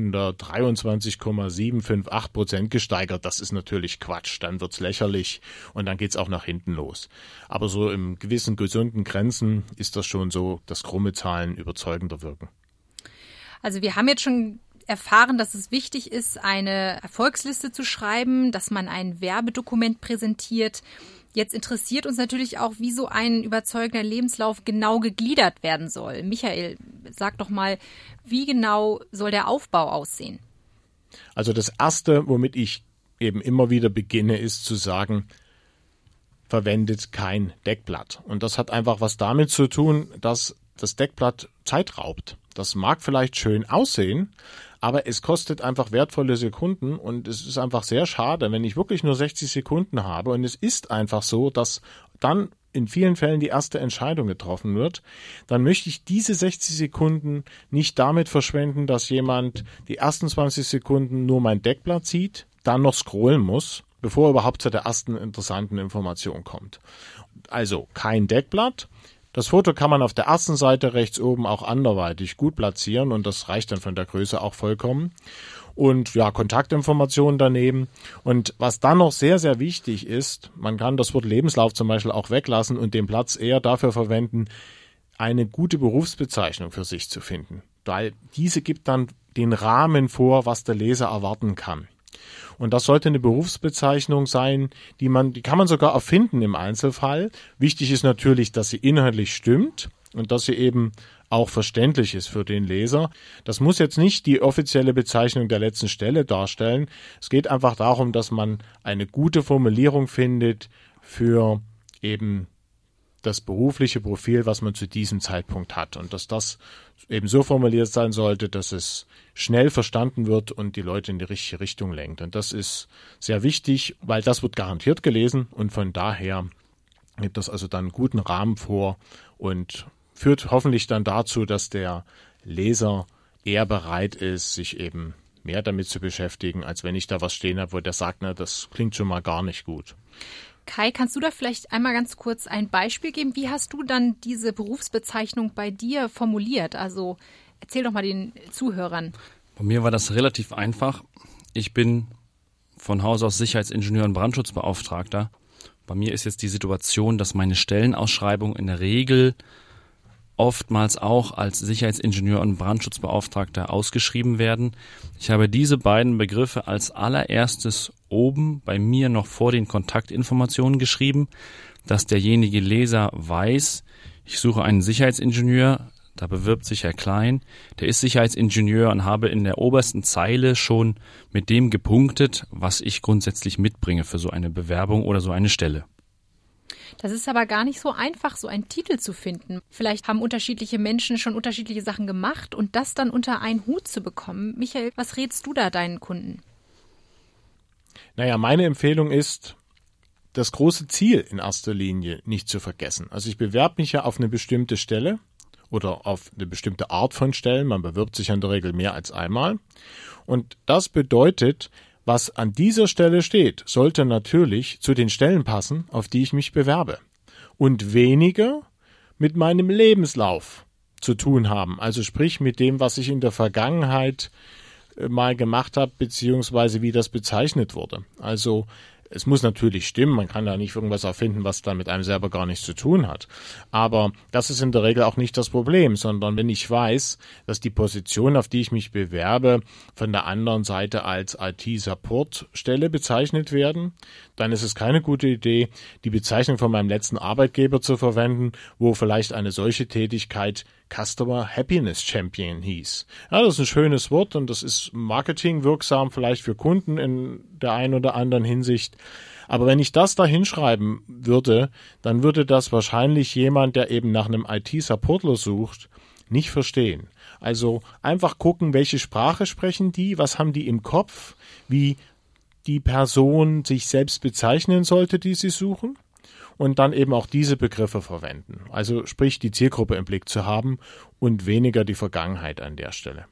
123,758% gesteigert, das ist natürlich Quatsch, dann wird's lächerlich und dann geht's auch nach hinten los. Aber so im gewissen gesunden Grenzen ist das schon so, dass krumme Zahlen überzeugender wirken. Also wir haben jetzt schon erfahren, dass es wichtig ist, eine Erfolgsliste zu schreiben, dass man ein Werbedokument präsentiert. Jetzt interessiert uns natürlich auch, wie so ein überzeugender Lebenslauf genau gegliedert werden soll. Michael, sag doch mal, wie genau soll der Aufbau aussehen? Also das Erste, womit ich eben immer wieder beginne, ist zu sagen, verwendet kein Deckblatt. Und das hat einfach was damit zu tun, dass das Deckblatt Zeit raubt. Das mag vielleicht schön aussehen, aber es kostet einfach wertvolle Sekunden und es ist einfach sehr schade, wenn ich wirklich nur 60 Sekunden habe und es ist einfach so, dass dann in vielen Fällen die erste Entscheidung getroffen wird, dann möchte ich diese 60 Sekunden nicht damit verschwenden, dass jemand die ersten 20 Sekunden nur mein Deckblatt sieht, dann noch scrollen muss, bevor er überhaupt zu der ersten interessanten Information kommt. Also kein Deckblatt. Das Foto kann man auf der ersten Seite rechts oben auch anderweitig gut platzieren und das reicht dann von der Größe auch vollkommen. Und ja, Kontaktinformationen daneben. Und was dann noch sehr, sehr wichtig ist, man kann das Wort Lebenslauf zum Beispiel auch weglassen und den Platz eher dafür verwenden, eine gute Berufsbezeichnung für sich zu finden. Weil diese gibt dann den Rahmen vor, was der Leser erwarten kann. Und das sollte eine Berufsbezeichnung sein, die kann man sogar erfinden im Einzelfall. Wichtig ist natürlich, dass sie inhaltlich stimmt und dass sie eben auch verständlich ist für den Leser. Das muss jetzt nicht die offizielle Bezeichnung der letzten Stelle darstellen. Es geht einfach darum, dass man eine gute Formulierung findet für eben das berufliche Profil, was man zu diesem Zeitpunkt hat. Und dass das eben so formuliert sein sollte, dass es schnell verstanden wird und die Leute in die richtige Richtung lenkt. Und das ist sehr wichtig, weil das wird garantiert gelesen und von daher gibt das also dann einen guten Rahmen vor und führt hoffentlich dann dazu, dass der Leser eher bereit ist, sich eben mehr damit zu beschäftigen, als wenn ich da was stehen habe, wo der sagt, na, das klingt schon mal gar nicht gut. Kai, kannst du da vielleicht einmal ganz kurz ein Beispiel geben? Wie hast du dann diese Berufsbezeichnung bei dir formuliert? Also erzähl doch mal den Zuhörern. Bei mir war das relativ einfach. Ich bin von Haus aus Sicherheitsingenieur und Brandschutzbeauftragter. Bei mir ist jetzt die Situation, dass meine Stellenausschreibung in der Regel oftmals auch als Sicherheitsingenieur und Brandschutzbeauftragter ausgeschrieben werden. Ich habe diese beiden Begriffe als allererstes oben bei mir noch vor den Kontaktinformationen geschrieben, dass derjenige Leser weiß, ich suche einen Sicherheitsingenieur, da bewirbt sich Herr Klein, der ist Sicherheitsingenieur und habe in der obersten Zeile schon mit dem gepunktet, was ich grundsätzlich mitbringe für so eine Bewerbung oder so eine Stelle. Das ist aber gar nicht so einfach, so einen Titel zu finden. Vielleicht haben unterschiedliche Menschen schon unterschiedliche Sachen gemacht und das dann unter einen Hut zu bekommen. Michael, was rätst du da deinen Kunden? Naja, meine Empfehlung ist, das große Ziel in erster Linie nicht zu vergessen. Also ich bewerbe mich ja auf eine bestimmte Stelle oder auf eine bestimmte Art von Stellen. Man bewirbt sich in der Regel mehr als einmal. Und das bedeutet, was an dieser Stelle steht, sollte natürlich zu den Stellen passen, auf die ich mich bewerbe. Und weniger mit meinem Lebenslauf zu tun haben. Also sprich mit dem, was ich in der Vergangenheit mal gemacht habe, beziehungsweise wie das bezeichnet wurde. Also es muss natürlich stimmen, man kann da nicht irgendwas erfinden, was da mit einem selber gar nichts zu tun hat. Aber das ist in der Regel auch nicht das Problem, sondern wenn ich weiß, dass die Position, auf die ich mich bewerbe, von der anderen Seite als IT-Support-Stelle bezeichnet werden, dann ist es keine gute Idee, die Bezeichnung von meinem letzten Arbeitgeber zu verwenden, wo vielleicht eine solche Tätigkeit Customer Happiness Champion hieß. Ja, das ist ein schönes Wort und das ist marketingwirksam vielleicht für Kunden in der einen oder anderen Hinsicht. Aber wenn ich das da hinschreiben würde, dann würde das wahrscheinlich jemand, der eben nach einem IT-Supportler sucht, nicht verstehen. Also einfach gucken, welche Sprache sprechen die, was haben die im Kopf, wie die Person sich selbst bezeichnen sollte, die sie suchen. Und dann eben auch diese Begriffe verwenden. Also sprich, die Zielgruppe im Blick zu haben und weniger die Vergangenheit an der Stelle.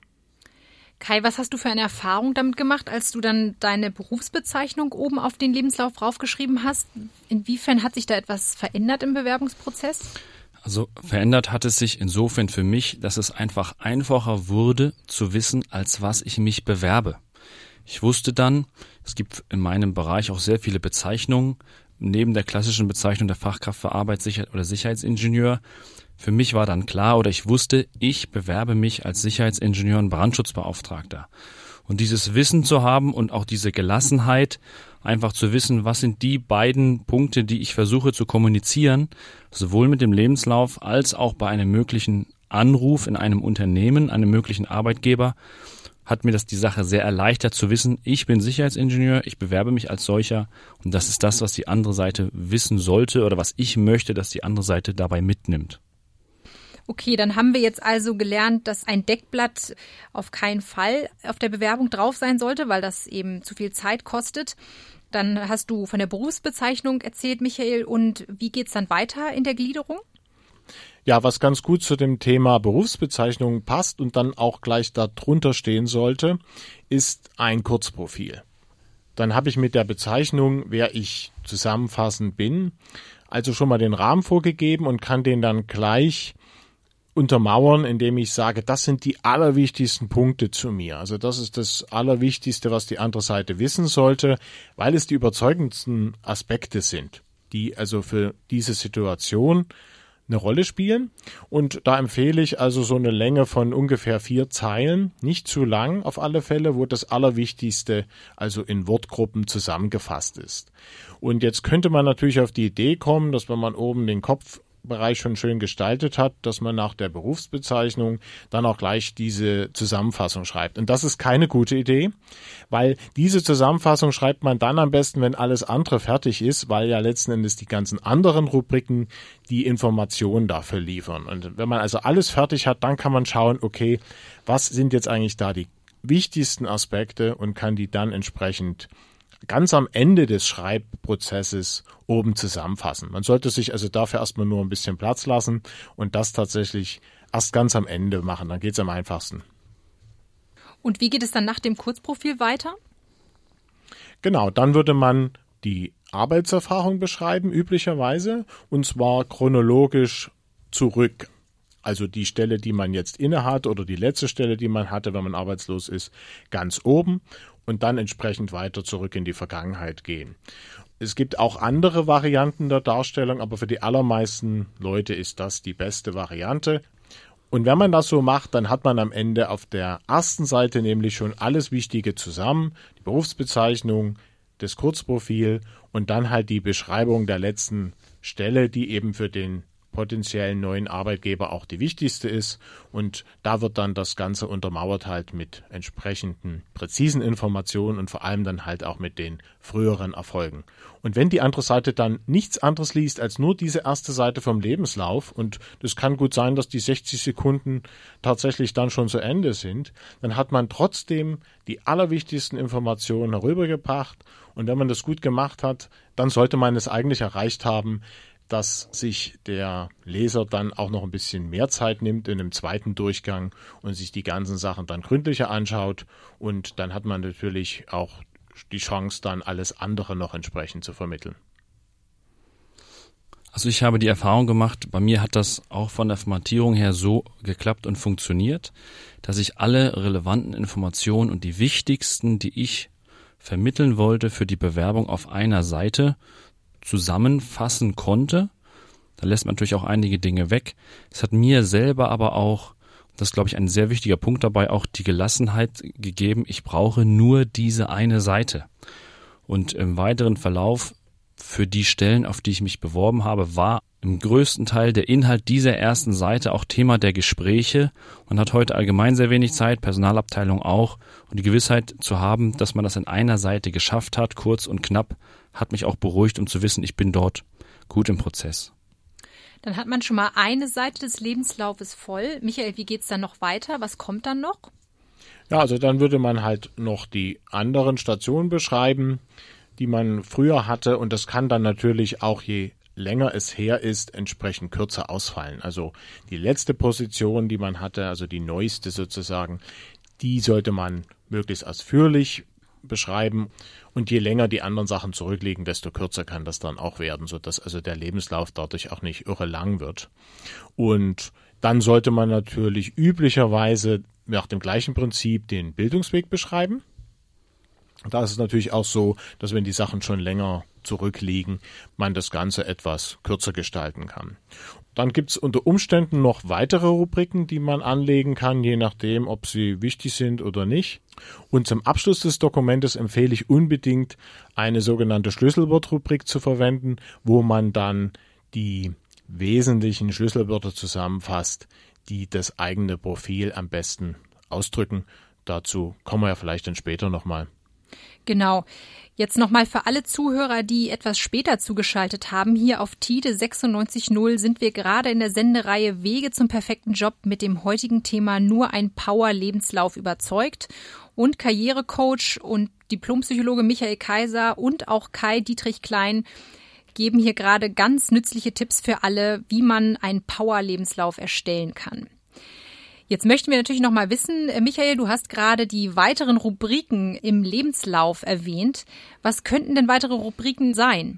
Kai, was hast du für eine Erfahrung damit gemacht, als du dann deine Berufsbezeichnung oben auf den Lebenslauf raufgeschrieben hast? Inwiefern hat sich da etwas verändert im Bewerbungsprozess? Also verändert hat es sich insofern für mich, dass es einfach einfacher wurde zu wissen, als was ich mich bewerbe. Ich wusste dann, es gibt in meinem Bereich auch sehr viele Bezeichnungen, neben der klassischen Bezeichnung der Fachkraft für Arbeitssicherheit oder Sicherheitsingenieur. Für mich war dann klar oder ich wusste, ich bewerbe mich als Sicherheitsingenieur und Brandschutzbeauftragter. Und dieses Wissen zu haben und auch diese Gelassenheit, einfach zu wissen, was sind die beiden Punkte, die ich versuche zu kommunizieren, sowohl mit dem Lebenslauf als auch bei einem möglichen Anruf in einem Unternehmen, einem möglichen Arbeitgeber, hat mir das die Sache sehr erleichtert zu wissen, ich bin Sicherheitsingenieur, ich bewerbe mich als solcher und das ist das, was die andere Seite wissen sollte oder was ich möchte, dass die andere Seite dabei mitnimmt. Okay, dann haben wir jetzt also gelernt, dass ein Deckblatt auf keinen Fall auf der Bewerbung drauf sein sollte, weil das eben zu viel Zeit kostet. Dann hast du von der Berufsbezeichnung erzählt, Michael, und wie geht's dann weiter in der Gliederung? Ja, was ganz gut zu dem Thema Berufsbezeichnung passt und dann auch gleich darunter stehen sollte, ist ein Kurzprofil. Dann habe ich mit der Bezeichnung, wer ich zusammenfassend bin, also schon mal den Rahmen vorgegeben und kann den dann gleich untermauern, indem ich sage, das sind die allerwichtigsten Punkte zu mir. Also das ist das Allerwichtigste, was die andere Seite wissen sollte, weil es die überzeugendsten Aspekte sind, die also für diese Situation eine Rolle spielen. Und da empfehle ich also so eine Länge von ungefähr 4 Zeilen, nicht zu lang auf alle Fälle, wo das Allerwichtigste also in Wortgruppen zusammengefasst ist. Und jetzt könnte man natürlich auf die Idee kommen, dass wenn man oben den Kopf Bereich schon schön gestaltet hat, dass man nach der Berufsbezeichnung dann auch gleich diese Zusammenfassung schreibt. Und das ist keine gute Idee, weil diese Zusammenfassung schreibt man dann am besten, wenn alles andere fertig ist, weil ja letzten Endes die ganzen anderen Rubriken die Informationen dafür liefern. Und wenn man also alles fertig hat, dann kann man schauen, okay, was sind jetzt eigentlich da die wichtigsten Aspekte und kann die dann entsprechend ganz am Ende des Schreibprozesses oben zusammenfassen. Man sollte sich also dafür erstmal nur ein bisschen Platz lassen und das tatsächlich erst ganz am Ende machen. Dann geht es am einfachsten. Und wie geht es dann nach dem Kurzprofil weiter? Genau, dann würde man die Arbeitserfahrung beschreiben, üblicherweise, und zwar chronologisch zurück. Also die Stelle, die man jetzt innehat oder die letzte Stelle, die man hatte, wenn man arbeitslos ist, ganz oben und dann entsprechend weiter zurück in die Vergangenheit gehen. Es gibt auch andere Varianten der Darstellung, aber für die allermeisten Leute ist das die beste Variante. Und wenn man das so macht, dann hat man am Ende auf der ersten Seite nämlich schon alles Wichtige zusammen, die Berufsbezeichnung, das Kurzprofil und dann halt die Beschreibung der letzten Stelle, die eben für den potenziellen neuen Arbeitgeber auch die wichtigste ist. Und da wird dann das Ganze untermauert halt mit entsprechenden präzisen Informationen und vor allem dann halt auch mit den früheren Erfolgen. Und wenn die andere Seite dann nichts anderes liest als nur diese erste Seite vom Lebenslauf, und das kann gut sein, dass die 60 Sekunden tatsächlich dann schon zu Ende sind, dann hat man trotzdem die allerwichtigsten Informationen herübergebracht. Und wenn man das gut gemacht hat, dann sollte man es eigentlich erreicht haben, dass sich der Leser dann auch noch ein bisschen mehr Zeit nimmt in einem zweiten Durchgang und sich die ganzen Sachen dann gründlicher anschaut. Und dann hat man natürlich auch die Chance, dann alles andere noch entsprechend zu vermitteln. Also ich habe die Erfahrung gemacht, bei mir hat das auch von der Formatierung her so geklappt und funktioniert, dass ich alle relevanten Informationen und die wichtigsten, die ich vermitteln wollte für die Bewerbung auf einer Seite zusammenfassen konnte. Da lässt man natürlich auch einige Dinge weg. Es hat mir selber aber auch, das ist glaube ich ein sehr wichtiger Punkt dabei, auch die Gelassenheit gegeben, ich brauche nur diese eine Seite. Und im weiteren Verlauf für die Stellen, auf die ich mich beworben habe, war im größten Teil der Inhalt dieser ersten Seite auch Thema der Gespräche. Man hat heute allgemein sehr wenig Zeit, Personalabteilung auch. Und die Gewissheit zu haben, dass man das in einer Seite geschafft hat, kurz und knapp, hat mich auch beruhigt, um zu wissen, ich bin dort gut im Prozess. Dann hat man schon mal eine Seite des Lebenslaufes voll. Michael, wie geht's dann noch weiter? Was kommt dann noch? Ja, also dann würde man halt noch die anderen Stationen beschreiben, die man früher hatte. Und das kann dann natürlich auch, je länger es her ist, entsprechend kürzer ausfallen. Also die letzte Position, die man hatte, also die neueste sozusagen, die sollte man möglichst ausführlich beschreiben. Und je länger die anderen Sachen zurückliegen, desto kürzer kann das dann auch werden, sodass also der Lebenslauf dadurch auch nicht irre lang wird. Und dann sollte man natürlich üblicherweise nach dem gleichen Prinzip den Bildungsweg beschreiben. Da ist es natürlich auch so, dass wenn die Sachen schon länger zurückliegen, man das Ganze etwas kürzer gestalten kann. Dann gibt es unter Umständen noch weitere Rubriken, die man anlegen kann, je nachdem, ob sie wichtig sind oder nicht. Und zum Abschluss des Dokumentes empfehle ich unbedingt, eine sogenannte Schlüsselwortrubrik zu verwenden, wo man dann die wesentlichen Schlüsselwörter zusammenfasst, die das eigene Profil am besten ausdrücken. Dazu kommen wir ja vielleicht dann später nochmal. Genau. Jetzt nochmal für alle Zuhörer, die etwas später zugeschaltet haben. Hier auf TIDE 96.0 sind wir gerade in der Sendereihe Wege zum perfekten Job mit dem heutigen Thema Nur ein Power-Lebenslauf überzeugt. Und Karrierecoach und Diplompsychologe Michael Kaiser und auch Kai Dietrich Klein geben hier gerade ganz nützliche Tipps für alle, wie man einen Power-Lebenslauf erstellen kann. Jetzt möchten wir natürlich noch mal wissen, Michael, du hast gerade die weiteren Rubriken im Lebenslauf erwähnt. Was könnten denn weitere Rubriken sein?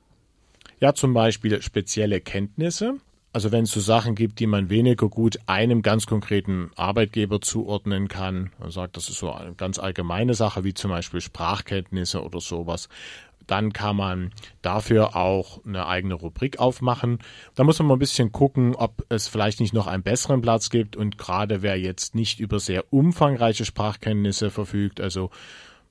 Ja, zum Beispiel spezielle Kenntnisse. Also wenn es so Sachen gibt, die man weniger gut einem ganz konkreten Arbeitgeber zuordnen kann. Man sagt, das ist so eine ganz allgemeine Sache, wie zum Beispiel Sprachkenntnisse oder sowas. Dann kann man dafür auch eine eigene Rubrik aufmachen. Da muss man mal ein bisschen gucken, ob es vielleicht nicht noch einen besseren Platz gibt. Und gerade wer jetzt nicht über sehr umfangreiche Sprachkenntnisse verfügt, also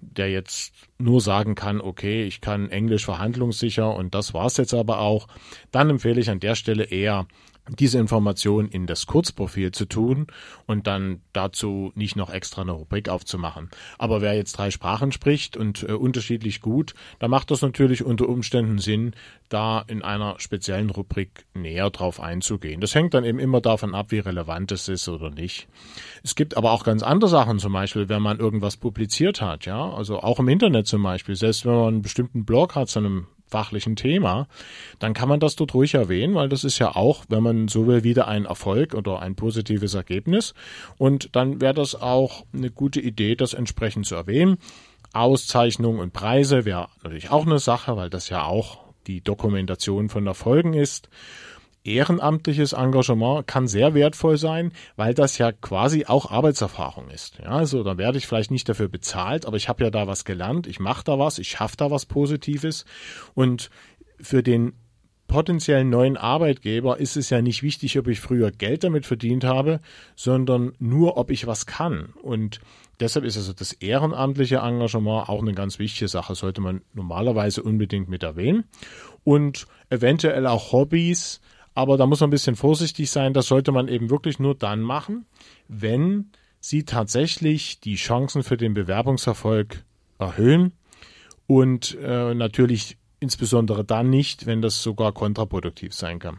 der jetzt nur sagen kann, okay, ich kann Englisch verhandlungssicher und das war's jetzt aber auch, dann empfehle ich an der Stelle eher, diese Information in das Kurzprofil zu tun und dann dazu nicht noch extra eine Rubrik aufzumachen. Aber wer jetzt 3 Sprachen spricht und unterschiedlich gut, da macht das natürlich unter Umständen Sinn, da in einer speziellen Rubrik näher drauf einzugehen. Das hängt dann eben immer davon ab, wie relevant es ist oder nicht. Es gibt aber auch ganz andere Sachen, zum Beispiel, wenn man irgendwas publiziert hat, ja, also auch im Internet zum Beispiel, selbst wenn man einen bestimmten Blog hat zu einem fachlichen Thema, dann kann man das dort ruhig erwähnen, weil das ist ja auch, wenn man so will, wieder ein Erfolg oder ein positives Ergebnis. Und dann wäre das auch eine gute Idee, das entsprechend zu erwähnen. Auszeichnungen und Preise wäre natürlich auch eine Sache, weil das ja auch die Dokumentation von Erfolgen ist. Ehrenamtliches Engagement kann sehr wertvoll sein, weil das ja quasi auch Arbeitserfahrung ist. Ja, also da werde ich vielleicht nicht dafür bezahlt, aber ich habe ja da was gelernt, ich mache da was, ich schaffe da was Positives. Und für den potenziellen neuen Arbeitgeber ist es ja nicht wichtig, ob ich früher Geld damit verdient habe, sondern nur, ob ich was kann. Und deshalb ist also das ehrenamtliche Engagement auch eine ganz wichtige Sache, sollte man normalerweise unbedingt mit erwähnen. Und eventuell auch Hobbys. Aber da muss man ein bisschen vorsichtig sein. Das sollte man eben wirklich nur dann machen, wenn sie tatsächlich die Chancen für den Bewerbungserfolg erhöhen und natürlich insbesondere dann nicht, wenn das sogar kontraproduktiv sein kann.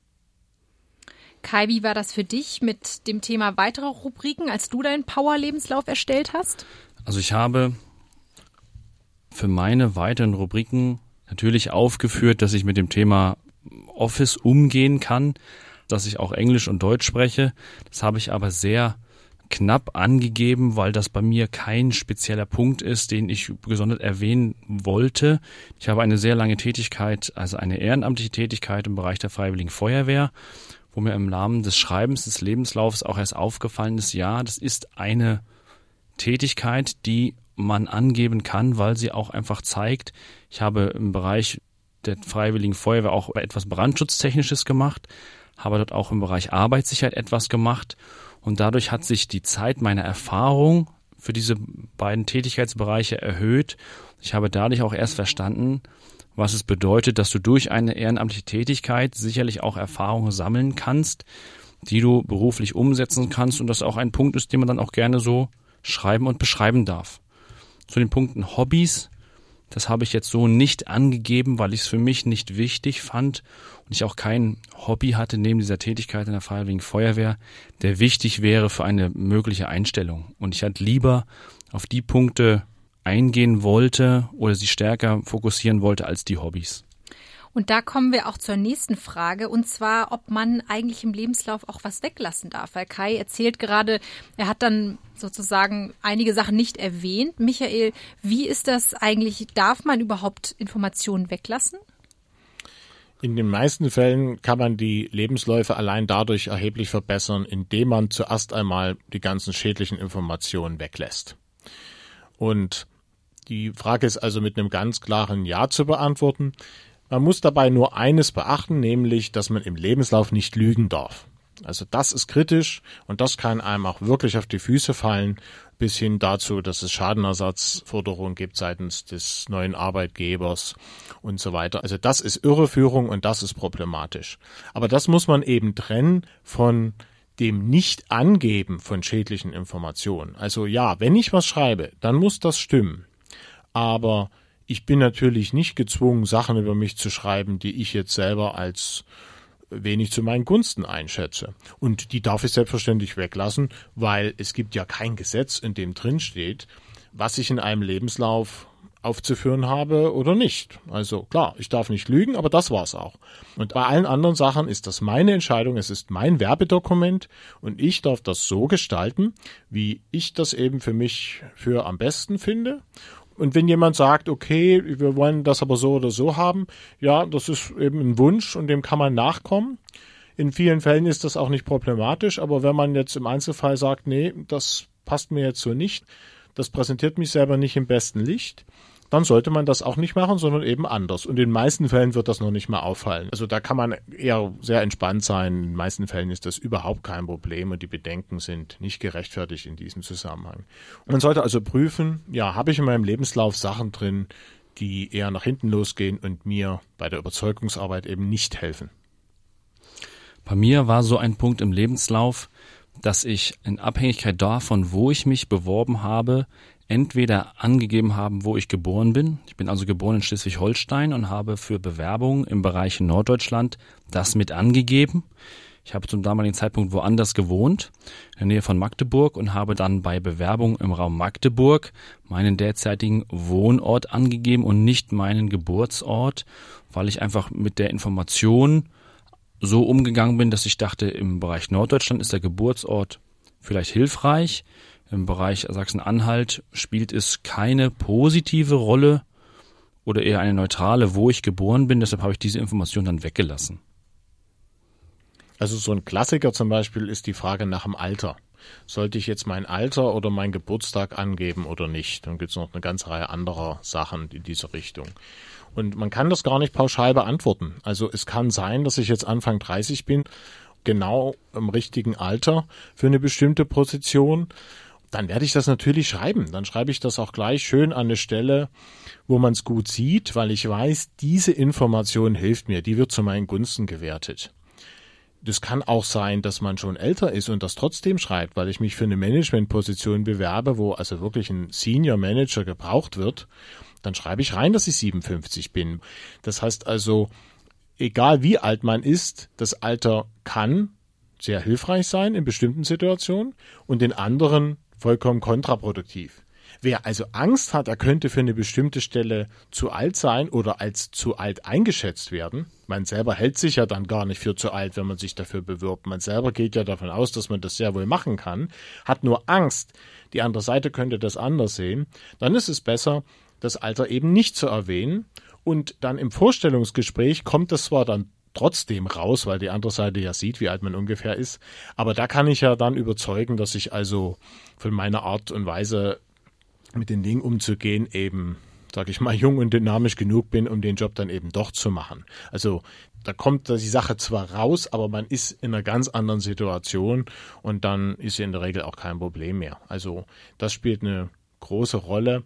Kai, wie war das für dich mit dem Thema weitere Rubriken, als du deinen Power-Lebenslauf erstellt hast? Also ich habe für meine weiteren Rubriken natürlich aufgeführt, dass ich mit dem Thema Office umgehen kann, dass ich auch Englisch und Deutsch spreche. Das habe ich aber sehr knapp angegeben, weil das bei mir kein spezieller Punkt ist, den ich gesondert erwähnen wollte. Ich habe eine sehr lange Tätigkeit, also eine ehrenamtliche Tätigkeit im Bereich der Freiwilligen Feuerwehr, wo mir im Rahmen des Schreibens des Lebenslaufs auch erst aufgefallen ist, ja, das ist eine Tätigkeit, die man angeben kann, weil sie auch einfach zeigt, ich habe im Bereich der Freiwilligen Feuerwehr auch etwas Brandschutztechnisches gemacht, habe dort auch im Bereich Arbeitssicherheit etwas gemacht und dadurch hat sich die Zeit meiner Erfahrung für diese beiden Tätigkeitsbereiche erhöht. Ich habe dadurch auch erst verstanden, was es bedeutet, dass du durch eine ehrenamtliche Tätigkeit sicherlich auch Erfahrungen sammeln kannst, die du beruflich umsetzen kannst und das auch ein Punkt ist, den man dann auch gerne so schreiben und beschreiben darf. Zu den Punkten Hobbys, das habe ich jetzt so nicht angegeben, weil ich es für mich nicht wichtig fand und ich auch kein Hobby hatte neben dieser Tätigkeit in der Freiwilligen Feuerwehr, der wichtig wäre für eine mögliche Einstellung. Und ich halt lieber auf die Punkte eingehen wollte oder sie stärker fokussieren wollte als die Hobbys. Und da kommen wir auch zur nächsten Frage, und zwar, ob man eigentlich im Lebenslauf auch was weglassen darf. Weil Kai erzählt gerade, er hat dann sozusagen einige Sachen nicht erwähnt. Michael, wie ist das eigentlich? Darf man überhaupt Informationen weglassen? In den meisten Fällen kann man die Lebensläufe allein dadurch erheblich verbessern, indem man zuerst einmal die ganzen schädlichen Informationen weglässt. Und die Frage ist also mit einem ganz klaren Ja zu beantworten. Man muss dabei nur eines beachten, nämlich, dass man im Lebenslauf nicht lügen darf. Also das ist kritisch und das kann einem auch wirklich auf die Füße fallen, bis hin dazu, dass es Schadenersatzforderungen gibt seitens des neuen Arbeitgebers und so weiter. Also das ist Irreführung und das ist problematisch. Aber das muss man eben trennen von dem Nicht-Angeben von schädlichen Informationen. Also ja, wenn ich was schreibe, dann muss das stimmen. Aber ich bin natürlich nicht gezwungen, Sachen über mich zu schreiben, die ich jetzt selber als wenig zu meinen Gunsten einschätze. Und die darf ich selbstverständlich weglassen, weil es gibt ja kein Gesetz, in dem drin steht, was ich in einem Lebenslauf aufzuführen habe oder nicht. Also klar, ich darf nicht lügen, aber das war's auch. Und bei allen anderen Sachen ist das meine Entscheidung, es ist mein Werbedokument und ich darf das so gestalten, wie ich das eben für mich für am besten finde. Und wenn jemand sagt, okay, wir wollen das aber so oder so haben, ja, das ist eben ein Wunsch und dem kann man nachkommen. In vielen Fällen ist das auch nicht problematisch, aber wenn man jetzt im Einzelfall sagt, nee, das passt mir jetzt so nicht, das präsentiert mich selber nicht im besten Licht, dann sollte man das auch nicht machen, sondern eben anders. Und in den meisten Fällen wird das noch nicht mal auffallen. Also da kann man eher sehr entspannt sein. In den meisten Fällen ist das überhaupt kein Problem und die Bedenken sind nicht gerechtfertigt in diesem Zusammenhang. Und man sollte also prüfen, ja, habe ich in meinem Lebenslauf Sachen drin, die eher nach hinten losgehen und mir bei der Überzeugungsarbeit eben nicht helfen. Bei mir war so ein Punkt im Lebenslauf, dass ich in Abhängigkeit davon, wo ich mich beworben habe, entweder angegeben haben, wo ich geboren bin. Ich bin also geboren in Schleswig-Holstein und habe für Bewerbungen im Bereich Norddeutschland das mit angegeben. Ich habe zum damaligen Zeitpunkt woanders gewohnt, in der Nähe von Magdeburg, und habe dann bei Bewerbungen im Raum Magdeburg meinen derzeitigen Wohnort angegeben und nicht meinen Geburtsort, weil ich einfach mit der Information so umgegangen bin, dass ich dachte, im Bereich Norddeutschland ist der Geburtsort vielleicht hilfreich. Im Bereich Sachsen-Anhalt spielt es keine positive Rolle oder eher eine neutrale, wo ich geboren bin. Deshalb habe ich diese Information dann weggelassen. Also so ein Klassiker zum Beispiel ist die Frage nach dem Alter. Sollte ich jetzt mein Alter oder meinen Geburtstag angeben oder nicht? Dann gibt es noch eine ganze Reihe anderer Sachen in diese Richtung. Und man kann das gar nicht pauschal beantworten. Also es kann sein, dass ich jetzt Anfang 30 bin, genau im richtigen Alter für eine bestimmte Position. Dann werde ich das natürlich schreiben. Dann schreibe ich das auch gleich schön an eine Stelle, wo man es gut sieht, weil ich weiß, diese Information hilft mir. Die wird zu meinen Gunsten gewertet. Das kann auch sein, dass man schon älter ist und das trotzdem schreibt, weil ich mich für eine Managementposition bewerbe, wo also wirklich ein Senior Manager gebraucht wird. Dann schreibe ich rein, dass ich 57 bin. Das heißt also, egal wie alt man ist, das Alter kann sehr hilfreich sein in bestimmten Situationen und in anderen vollkommen kontraproduktiv. Wer also Angst hat, er könnte für eine bestimmte Stelle zu alt sein oder als zu alt eingeschätzt werden, man selber hält sich ja dann gar nicht für zu alt, wenn man sich dafür bewirbt. Man selber geht ja davon aus, dass man das sehr wohl machen kann, hat nur Angst, die andere Seite könnte das anders sehen, dann ist es besser, das Alter eben nicht zu erwähnen und dann im Vorstellungsgespräch kommt das zwar dann trotzdem raus, weil die andere Seite ja sieht, wie alt man ungefähr ist, aber da kann ich ja dann überzeugen, dass ich also von meiner Art und Weise mit den Dingen umzugehen eben, sage ich mal, jung und dynamisch genug bin, um den Job dann eben doch zu machen. Also da kommt die Sache zwar raus, aber man ist in einer ganz anderen Situation und dann ist sie in der Regel auch kein Problem mehr. Also das spielt eine große Rolle.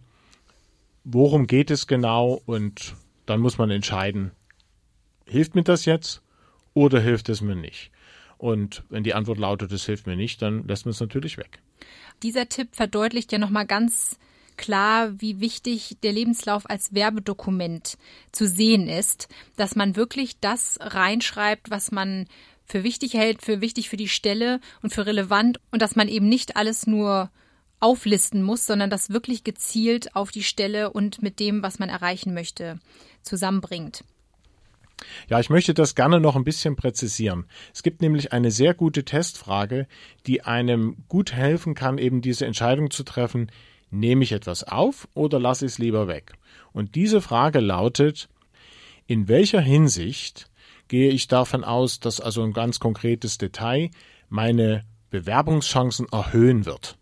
Worum geht es genau? Und dann muss man entscheiden, hilft mir das jetzt oder hilft es mir nicht? Und wenn die Antwort lautet, es hilft mir nicht, dann lässt man es natürlich weg. Dieser Tipp verdeutlicht ja nochmal ganz klar, wie wichtig der Lebenslauf als Werbedokument zu sehen ist, dass man wirklich das reinschreibt, was man für wichtig hält, für wichtig für die Stelle und für relevant und dass man eben nicht alles nur auflisten muss, sondern das wirklich gezielt auf die Stelle und mit dem, was man erreichen möchte, zusammenbringt. Ja, ich möchte das gerne noch ein bisschen präzisieren. Es gibt nämlich eine sehr gute Testfrage, die einem gut helfen kann, eben diese Entscheidung zu treffen, nehme ich etwas auf oder lasse ich es lieber weg? Und diese Frage lautet, in welcher Hinsicht gehe ich davon aus, dass also ein ganz konkretes Detail meine Bewerbungschancen erhöhen wird?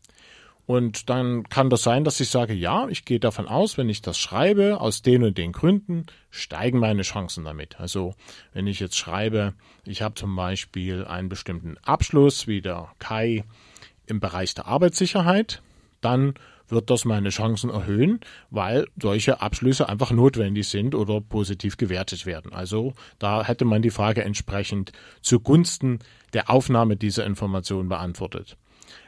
Und dann kann das sein, dass ich sage, ja, ich gehe davon aus, wenn ich das schreibe, aus den und den Gründen, steigen meine Chancen damit. Also wenn ich jetzt schreibe, ich habe zum Beispiel einen bestimmten Abschluss, wie der Kai, im Bereich der Arbeitssicherheit, dann wird das meine Chancen erhöhen, weil solche Abschlüsse einfach notwendig sind oder positiv gewertet werden. Also da hätte man die Frage entsprechend zugunsten der Aufnahme dieser Information beantwortet.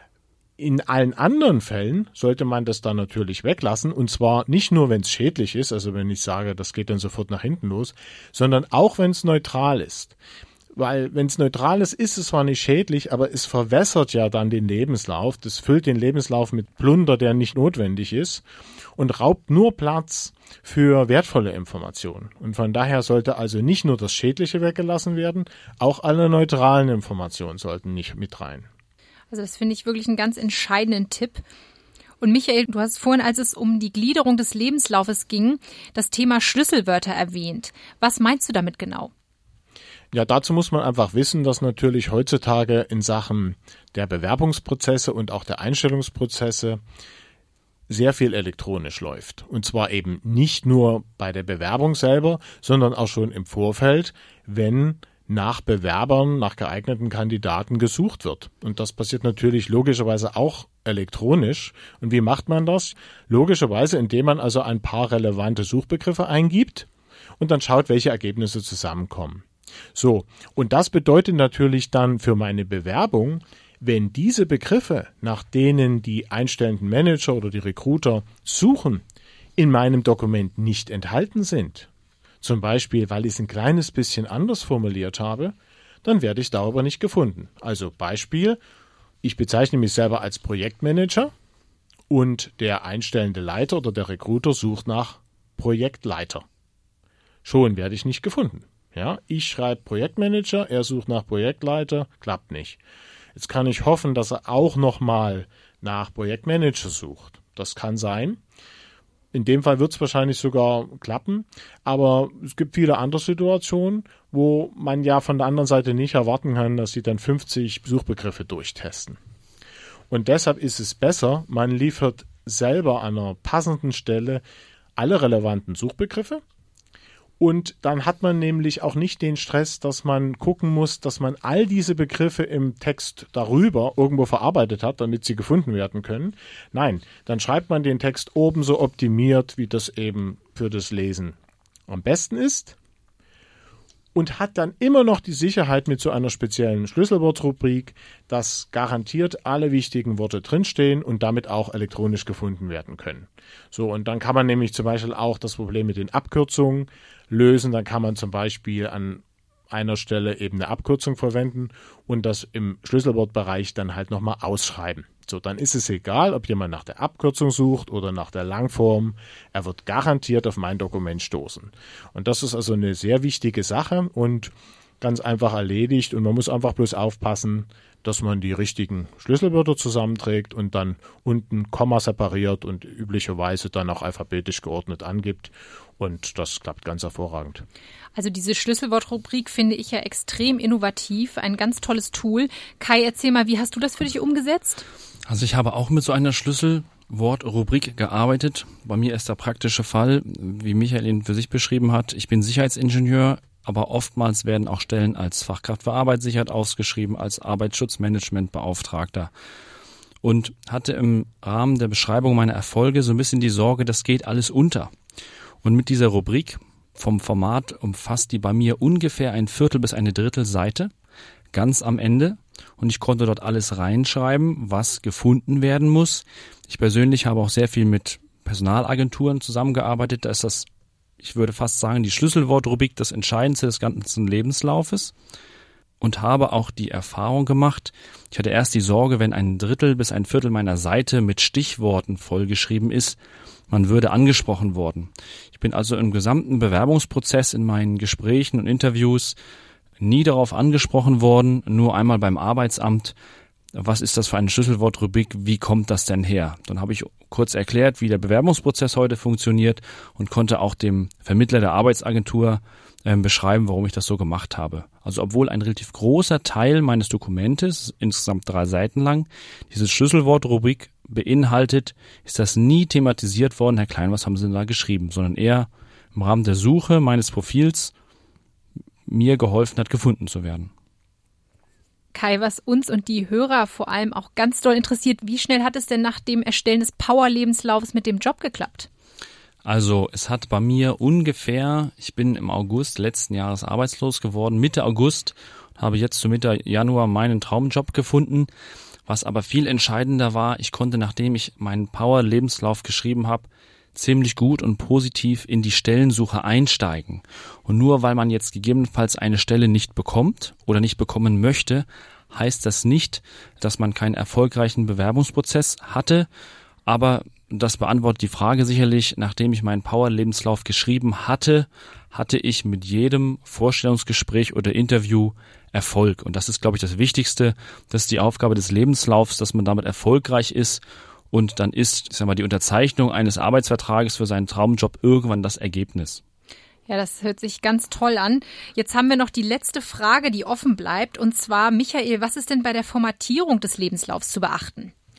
In allen anderen Fällen sollte man das dann natürlich weglassen, und zwar nicht nur, wenn es schädlich ist, also wenn ich sage, das geht dann sofort nach hinten los, sondern auch, wenn es neutral ist. Weil wenn es neutral ist, ist es zwar nicht schädlich, aber es verwässert ja dann den Lebenslauf, das füllt den Lebenslauf mit Plunder, der nicht notwendig ist und raubt nur Platz für wertvolle Informationen. Und von daher sollte also nicht nur das Schädliche weggelassen werden, auch alle neutralen Informationen sollten nicht mit rein. Also das finde ich wirklich einen ganz entscheidenden Tipp. Und Michael, du hast vorhin, als es um die Gliederung des Lebenslaufes ging, das Thema Schlüsselwörter erwähnt. Was meinst du damit genau? Ja, dazu muss man einfach wissen, dass natürlich heutzutage in Sachen der Bewerbungsprozesse und auch der Einstellungsprozesse sehr viel elektronisch läuft. Und zwar eben nicht nur bei der Bewerbung selber, sondern auch schon im Vorfeld, wenn nach Bewerbern, nach geeigneten Kandidaten gesucht wird. Und das passiert natürlich logischerweise auch elektronisch. Und wie macht man das? Logischerweise, indem man also ein paar relevante Suchbegriffe eingibt und dann schaut, welche Ergebnisse zusammenkommen. So, und das bedeutet natürlich dann für meine Bewerbung, wenn diese Begriffe, nach denen die einstellenden Manager oder die Recruiter suchen, in meinem Dokument nicht enthalten sind, zum Beispiel, weil ich es ein kleines bisschen anders formuliert habe, dann werde ich darüber nicht gefunden. Also Beispiel, ich bezeichne mich selber als Projektmanager und der einstellende Leiter oder der Recruiter sucht nach Projektleiter. Schon werde ich nicht gefunden. Ja, ich schreibe Projektmanager, er sucht nach Projektleiter, klappt nicht. Jetzt kann ich hoffen, dass er auch nochmal nach Projektmanager sucht. Das kann sein. In dem Fall wird es wahrscheinlich sogar klappen, aber es gibt viele andere Situationen, wo man ja von der anderen Seite nicht erwarten kann, dass sie dann 50 Suchbegriffe durchtesten. Und deshalb ist es besser, man liefert selber an einer passenden Stelle alle relevanten Suchbegriffe. Und dann hat man nämlich auch nicht den Stress, dass man gucken muss, dass man all diese Begriffe im Text darüber irgendwo verarbeitet hat, damit sie gefunden werden können. Nein, dann schreibt man den Text oben so optimiert, wie das eben für das Lesen am besten ist. Und hat dann immer noch die Sicherheit mit so einer speziellen Schlüsselwortrubrik, dass garantiert alle wichtigen Worte drinstehen und damit auch elektronisch gefunden werden können. So, und dann kann man nämlich zum Beispiel auch das Problem mit den Abkürzungen lösen. Dann kann man zum Beispiel an einer Stelle eben eine Abkürzung verwenden und das im Schlüsselwortbereich dann halt nochmal ausschreiben. So, dann ist es egal, ob jemand nach der Abkürzung sucht oder nach der Langform. Er wird garantiert auf mein Dokument stoßen. Und das ist also eine sehr wichtige Sache und ganz einfach erledigt. Und man muss einfach bloß aufpassen, dass man die richtigen Schlüsselwörter zusammenträgt und dann unten Komma separiert und üblicherweise dann auch alphabetisch geordnet angibt. Und das klappt ganz hervorragend. Also diese Schlüsselwortrubrik finde ich ja extrem innovativ, ein ganz tolles Tool. Kai, erzähl mal, wie hast du das für dich umgesetzt? Also ich habe auch mit so einer Schlüsselwortrubrik gearbeitet. Bei mir ist der praktische Fall, wie Michael ihn für sich beschrieben hat, ich bin Sicherheitsingenieur, aber oftmals werden auch Stellen als Fachkraft für Arbeitssicherheit ausgeschrieben, als Arbeitsschutzmanagementbeauftragter. Und hatte im Rahmen der Beschreibung meiner Erfolge so ein bisschen die Sorge, das geht alles unter. Und mit dieser Rubrik vom Format umfasst die bei mir ungefähr 1/4 bis 1/3 Seite, ganz am Ende. Und ich konnte dort alles reinschreiben, was gefunden werden muss. Ich persönlich habe auch sehr viel mit Personalagenturen zusammengearbeitet. Da ist das, ich würde fast sagen, die Schlüsselwortrubrik das Entscheidendste des ganzen Lebenslaufes. Und habe auch die Erfahrung gemacht, ich hatte erst die Sorge, wenn 1/3 bis 1/4 meiner Seite mit Stichworten vollgeschrieben ist, man würde angesprochen worden. Ich bin also im gesamten Bewerbungsprozess in meinen Gesprächen und Interviews nie darauf angesprochen worden, nur einmal beim Arbeitsamt, was ist das für eine Schlüsselwortrubrik, wie kommt das denn her? Dann habe ich kurz erklärt, wie der Bewerbungsprozess heute funktioniert und konnte auch dem Vermittler der Arbeitsagentur beschreiben, warum ich das so gemacht habe. Also obwohl ein relativ großer Teil meines Dokumentes, insgesamt 3 Seiten lang, diese Schlüsselwortrubrik beinhaltet, ist das nie thematisiert worden, Herr Klein, was haben Sie denn da geschrieben, sondern eher im Rahmen der Suche meines Profils mir geholfen hat, gefunden zu werden. Kai, was uns und die Hörer vor allem auch ganz doll interessiert, wie schnell hat es denn nach dem Erstellen des Power-Lebenslaufs mit dem Job geklappt? Also es hat bei mir ungefähr, ich bin im August letzten Jahres arbeitslos geworden, Mitte August, habe jetzt zu Mitte Januar meinen Traumjob gefunden. Was aber viel entscheidender war, ich konnte, nachdem ich meinen Power-Lebenslauf geschrieben habe, ziemlich gut und positiv in die Stellensuche einsteigen. Und nur weil man jetzt gegebenenfalls eine Stelle nicht bekommt oder nicht bekommen möchte, heißt das nicht, dass man keinen erfolgreichen Bewerbungsprozess hatte. Aber das beantwortet die Frage sicherlich, nachdem ich meinen Power-Lebenslauf geschrieben hatte, hatte ich mit jedem Vorstellungsgespräch oder Interview Erfolg. Und das ist, glaube ich, das Wichtigste. Das ist die Aufgabe des Lebenslaufs, dass man damit erfolgreich ist. Und dann ist, ich sag mal, die Unterzeichnung eines Arbeitsvertrages für seinen Traumjob irgendwann das Ergebnis. Ja, das hört sich ganz toll an. Jetzt haben wir noch die letzte Frage, die offen bleibt. Und zwar, Michael, was ist denn bei der Formatierung des Lebenslaufs zu beachten?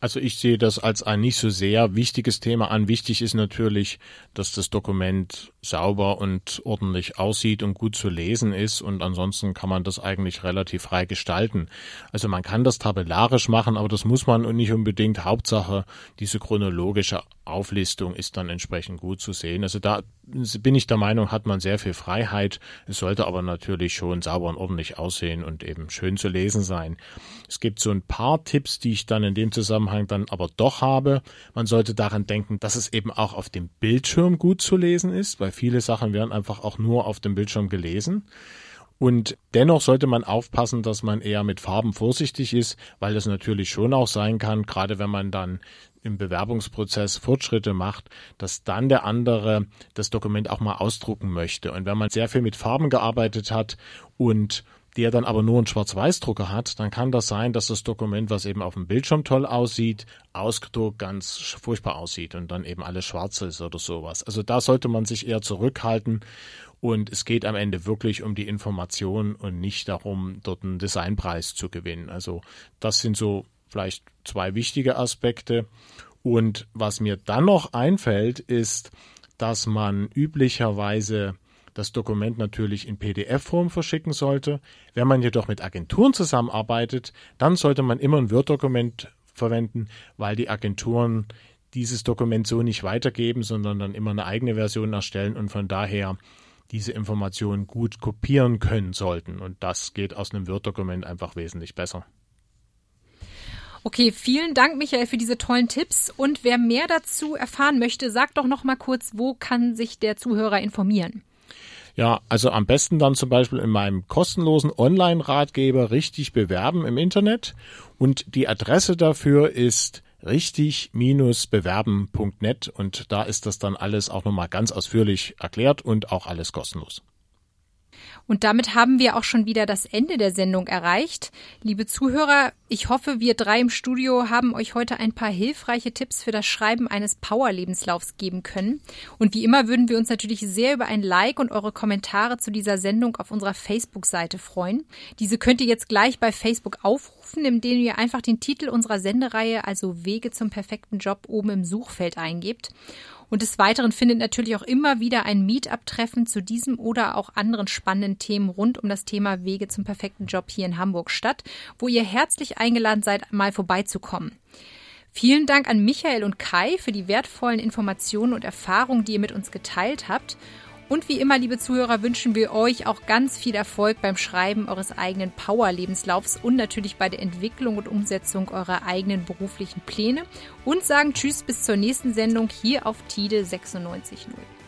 Also ich sehe das als ein nicht so sehr wichtiges Thema an. Wichtig ist natürlich, dass das Dokument sauber und ordentlich aussieht und gut zu lesen ist, und ansonsten kann man das eigentlich relativ frei gestalten. Also man kann das tabellarisch machen, aber das muss man nicht unbedingt. Hauptsache, diese chronologische Auflistung ist dann entsprechend gut zu sehen. Also da bin ich der Meinung, hat man sehr viel Freiheit. Es sollte aber natürlich schon sauber und ordentlich aussehen und eben schön zu lesen sein. Es gibt so ein paar Tipps, die ich dann in dem Zusammenhang dann aber doch habe. Man sollte daran denken, dass es eben auch auf dem Bildschirm gut zu lesen ist, weil viele Sachen werden einfach auch nur auf dem Bildschirm gelesen. Und dennoch sollte man aufpassen, dass man eher mit Farben vorsichtig ist, weil es natürlich schon auch sein kann, gerade wenn man dann im Bewerbungsprozess Fortschritte macht, dass dann der andere das Dokument auch mal ausdrucken möchte. Und wenn man sehr viel mit Farben gearbeitet hat und der dann aber nur einen Schwarz-Weiß-Drucker hat, dann kann das sein, dass das Dokument, was eben auf dem Bildschirm toll aussieht, ausgedruckt ganz furchtbar aussieht und dann eben alles schwarz ist oder sowas. Also da sollte man sich eher zurückhalten, und es geht am Ende wirklich um die Information und nicht darum, dort einen Designpreis zu gewinnen. Also das sind so vielleicht 2 wichtige Aspekte. Und was mir dann noch einfällt, ist, dass man üblicherweise das Dokument natürlich in PDF-Form verschicken sollte. Wenn man jedoch mit Agenturen zusammenarbeitet, dann sollte man immer ein Word-Dokument verwenden, weil die Agenturen dieses Dokument so nicht weitergeben, sondern dann immer eine eigene Version erstellen und von daher diese Informationen gut kopieren können sollten. Und das geht aus einem Word-Dokument einfach wesentlich besser. Okay, vielen Dank, Michael, für diese tollen Tipps. Und wer mehr dazu erfahren möchte, sag doch noch mal kurz, wo kann sich der Zuhörer informieren? Ja, also am besten dann zum Beispiel in meinem kostenlosen Online-Ratgeber Richtig bewerben im Internet. Und die Adresse dafür ist richtig-bewerben.net, und da ist das dann alles auch nochmal ganz ausführlich erklärt und auch alles kostenlos. Und damit haben wir auch schon wieder das Ende der Sendung erreicht. Liebe Zuhörer, ich hoffe, wir 3 im Studio haben euch heute ein paar hilfreiche Tipps für das Schreiben eines Power-Lebenslaufs geben können. Und wie immer würden wir uns natürlich sehr über ein Like und eure Kommentare zu dieser Sendung auf unserer Facebook-Seite freuen. Diese könnt ihr jetzt gleich bei Facebook aufrufen, indem ihr einfach den Titel unserer Sendereihe, also Wege zum perfekten Job, oben im Suchfeld eingebt. Und des Weiteren findet natürlich auch immer wieder ein Meetup-Treffen zu diesem oder auch anderen spannenden Themen rund um das Thema Wege zum perfekten Job hier in Hamburg statt, wo ihr herzlich eingeladen seid, mal vorbeizukommen. Vielen Dank an Michael und Kai für die wertvollen Informationen und Erfahrungen, die ihr mit uns geteilt habt. Und wie immer, liebe Zuhörer, wünschen wir euch auch ganz viel Erfolg beim Schreiben eures eigenen Power-Lebenslaufs und natürlich bei der Entwicklung und Umsetzung eurer eigenen beruflichen Pläne und sagen Tschüss bis zur nächsten Sendung hier auf TIDE 96.0.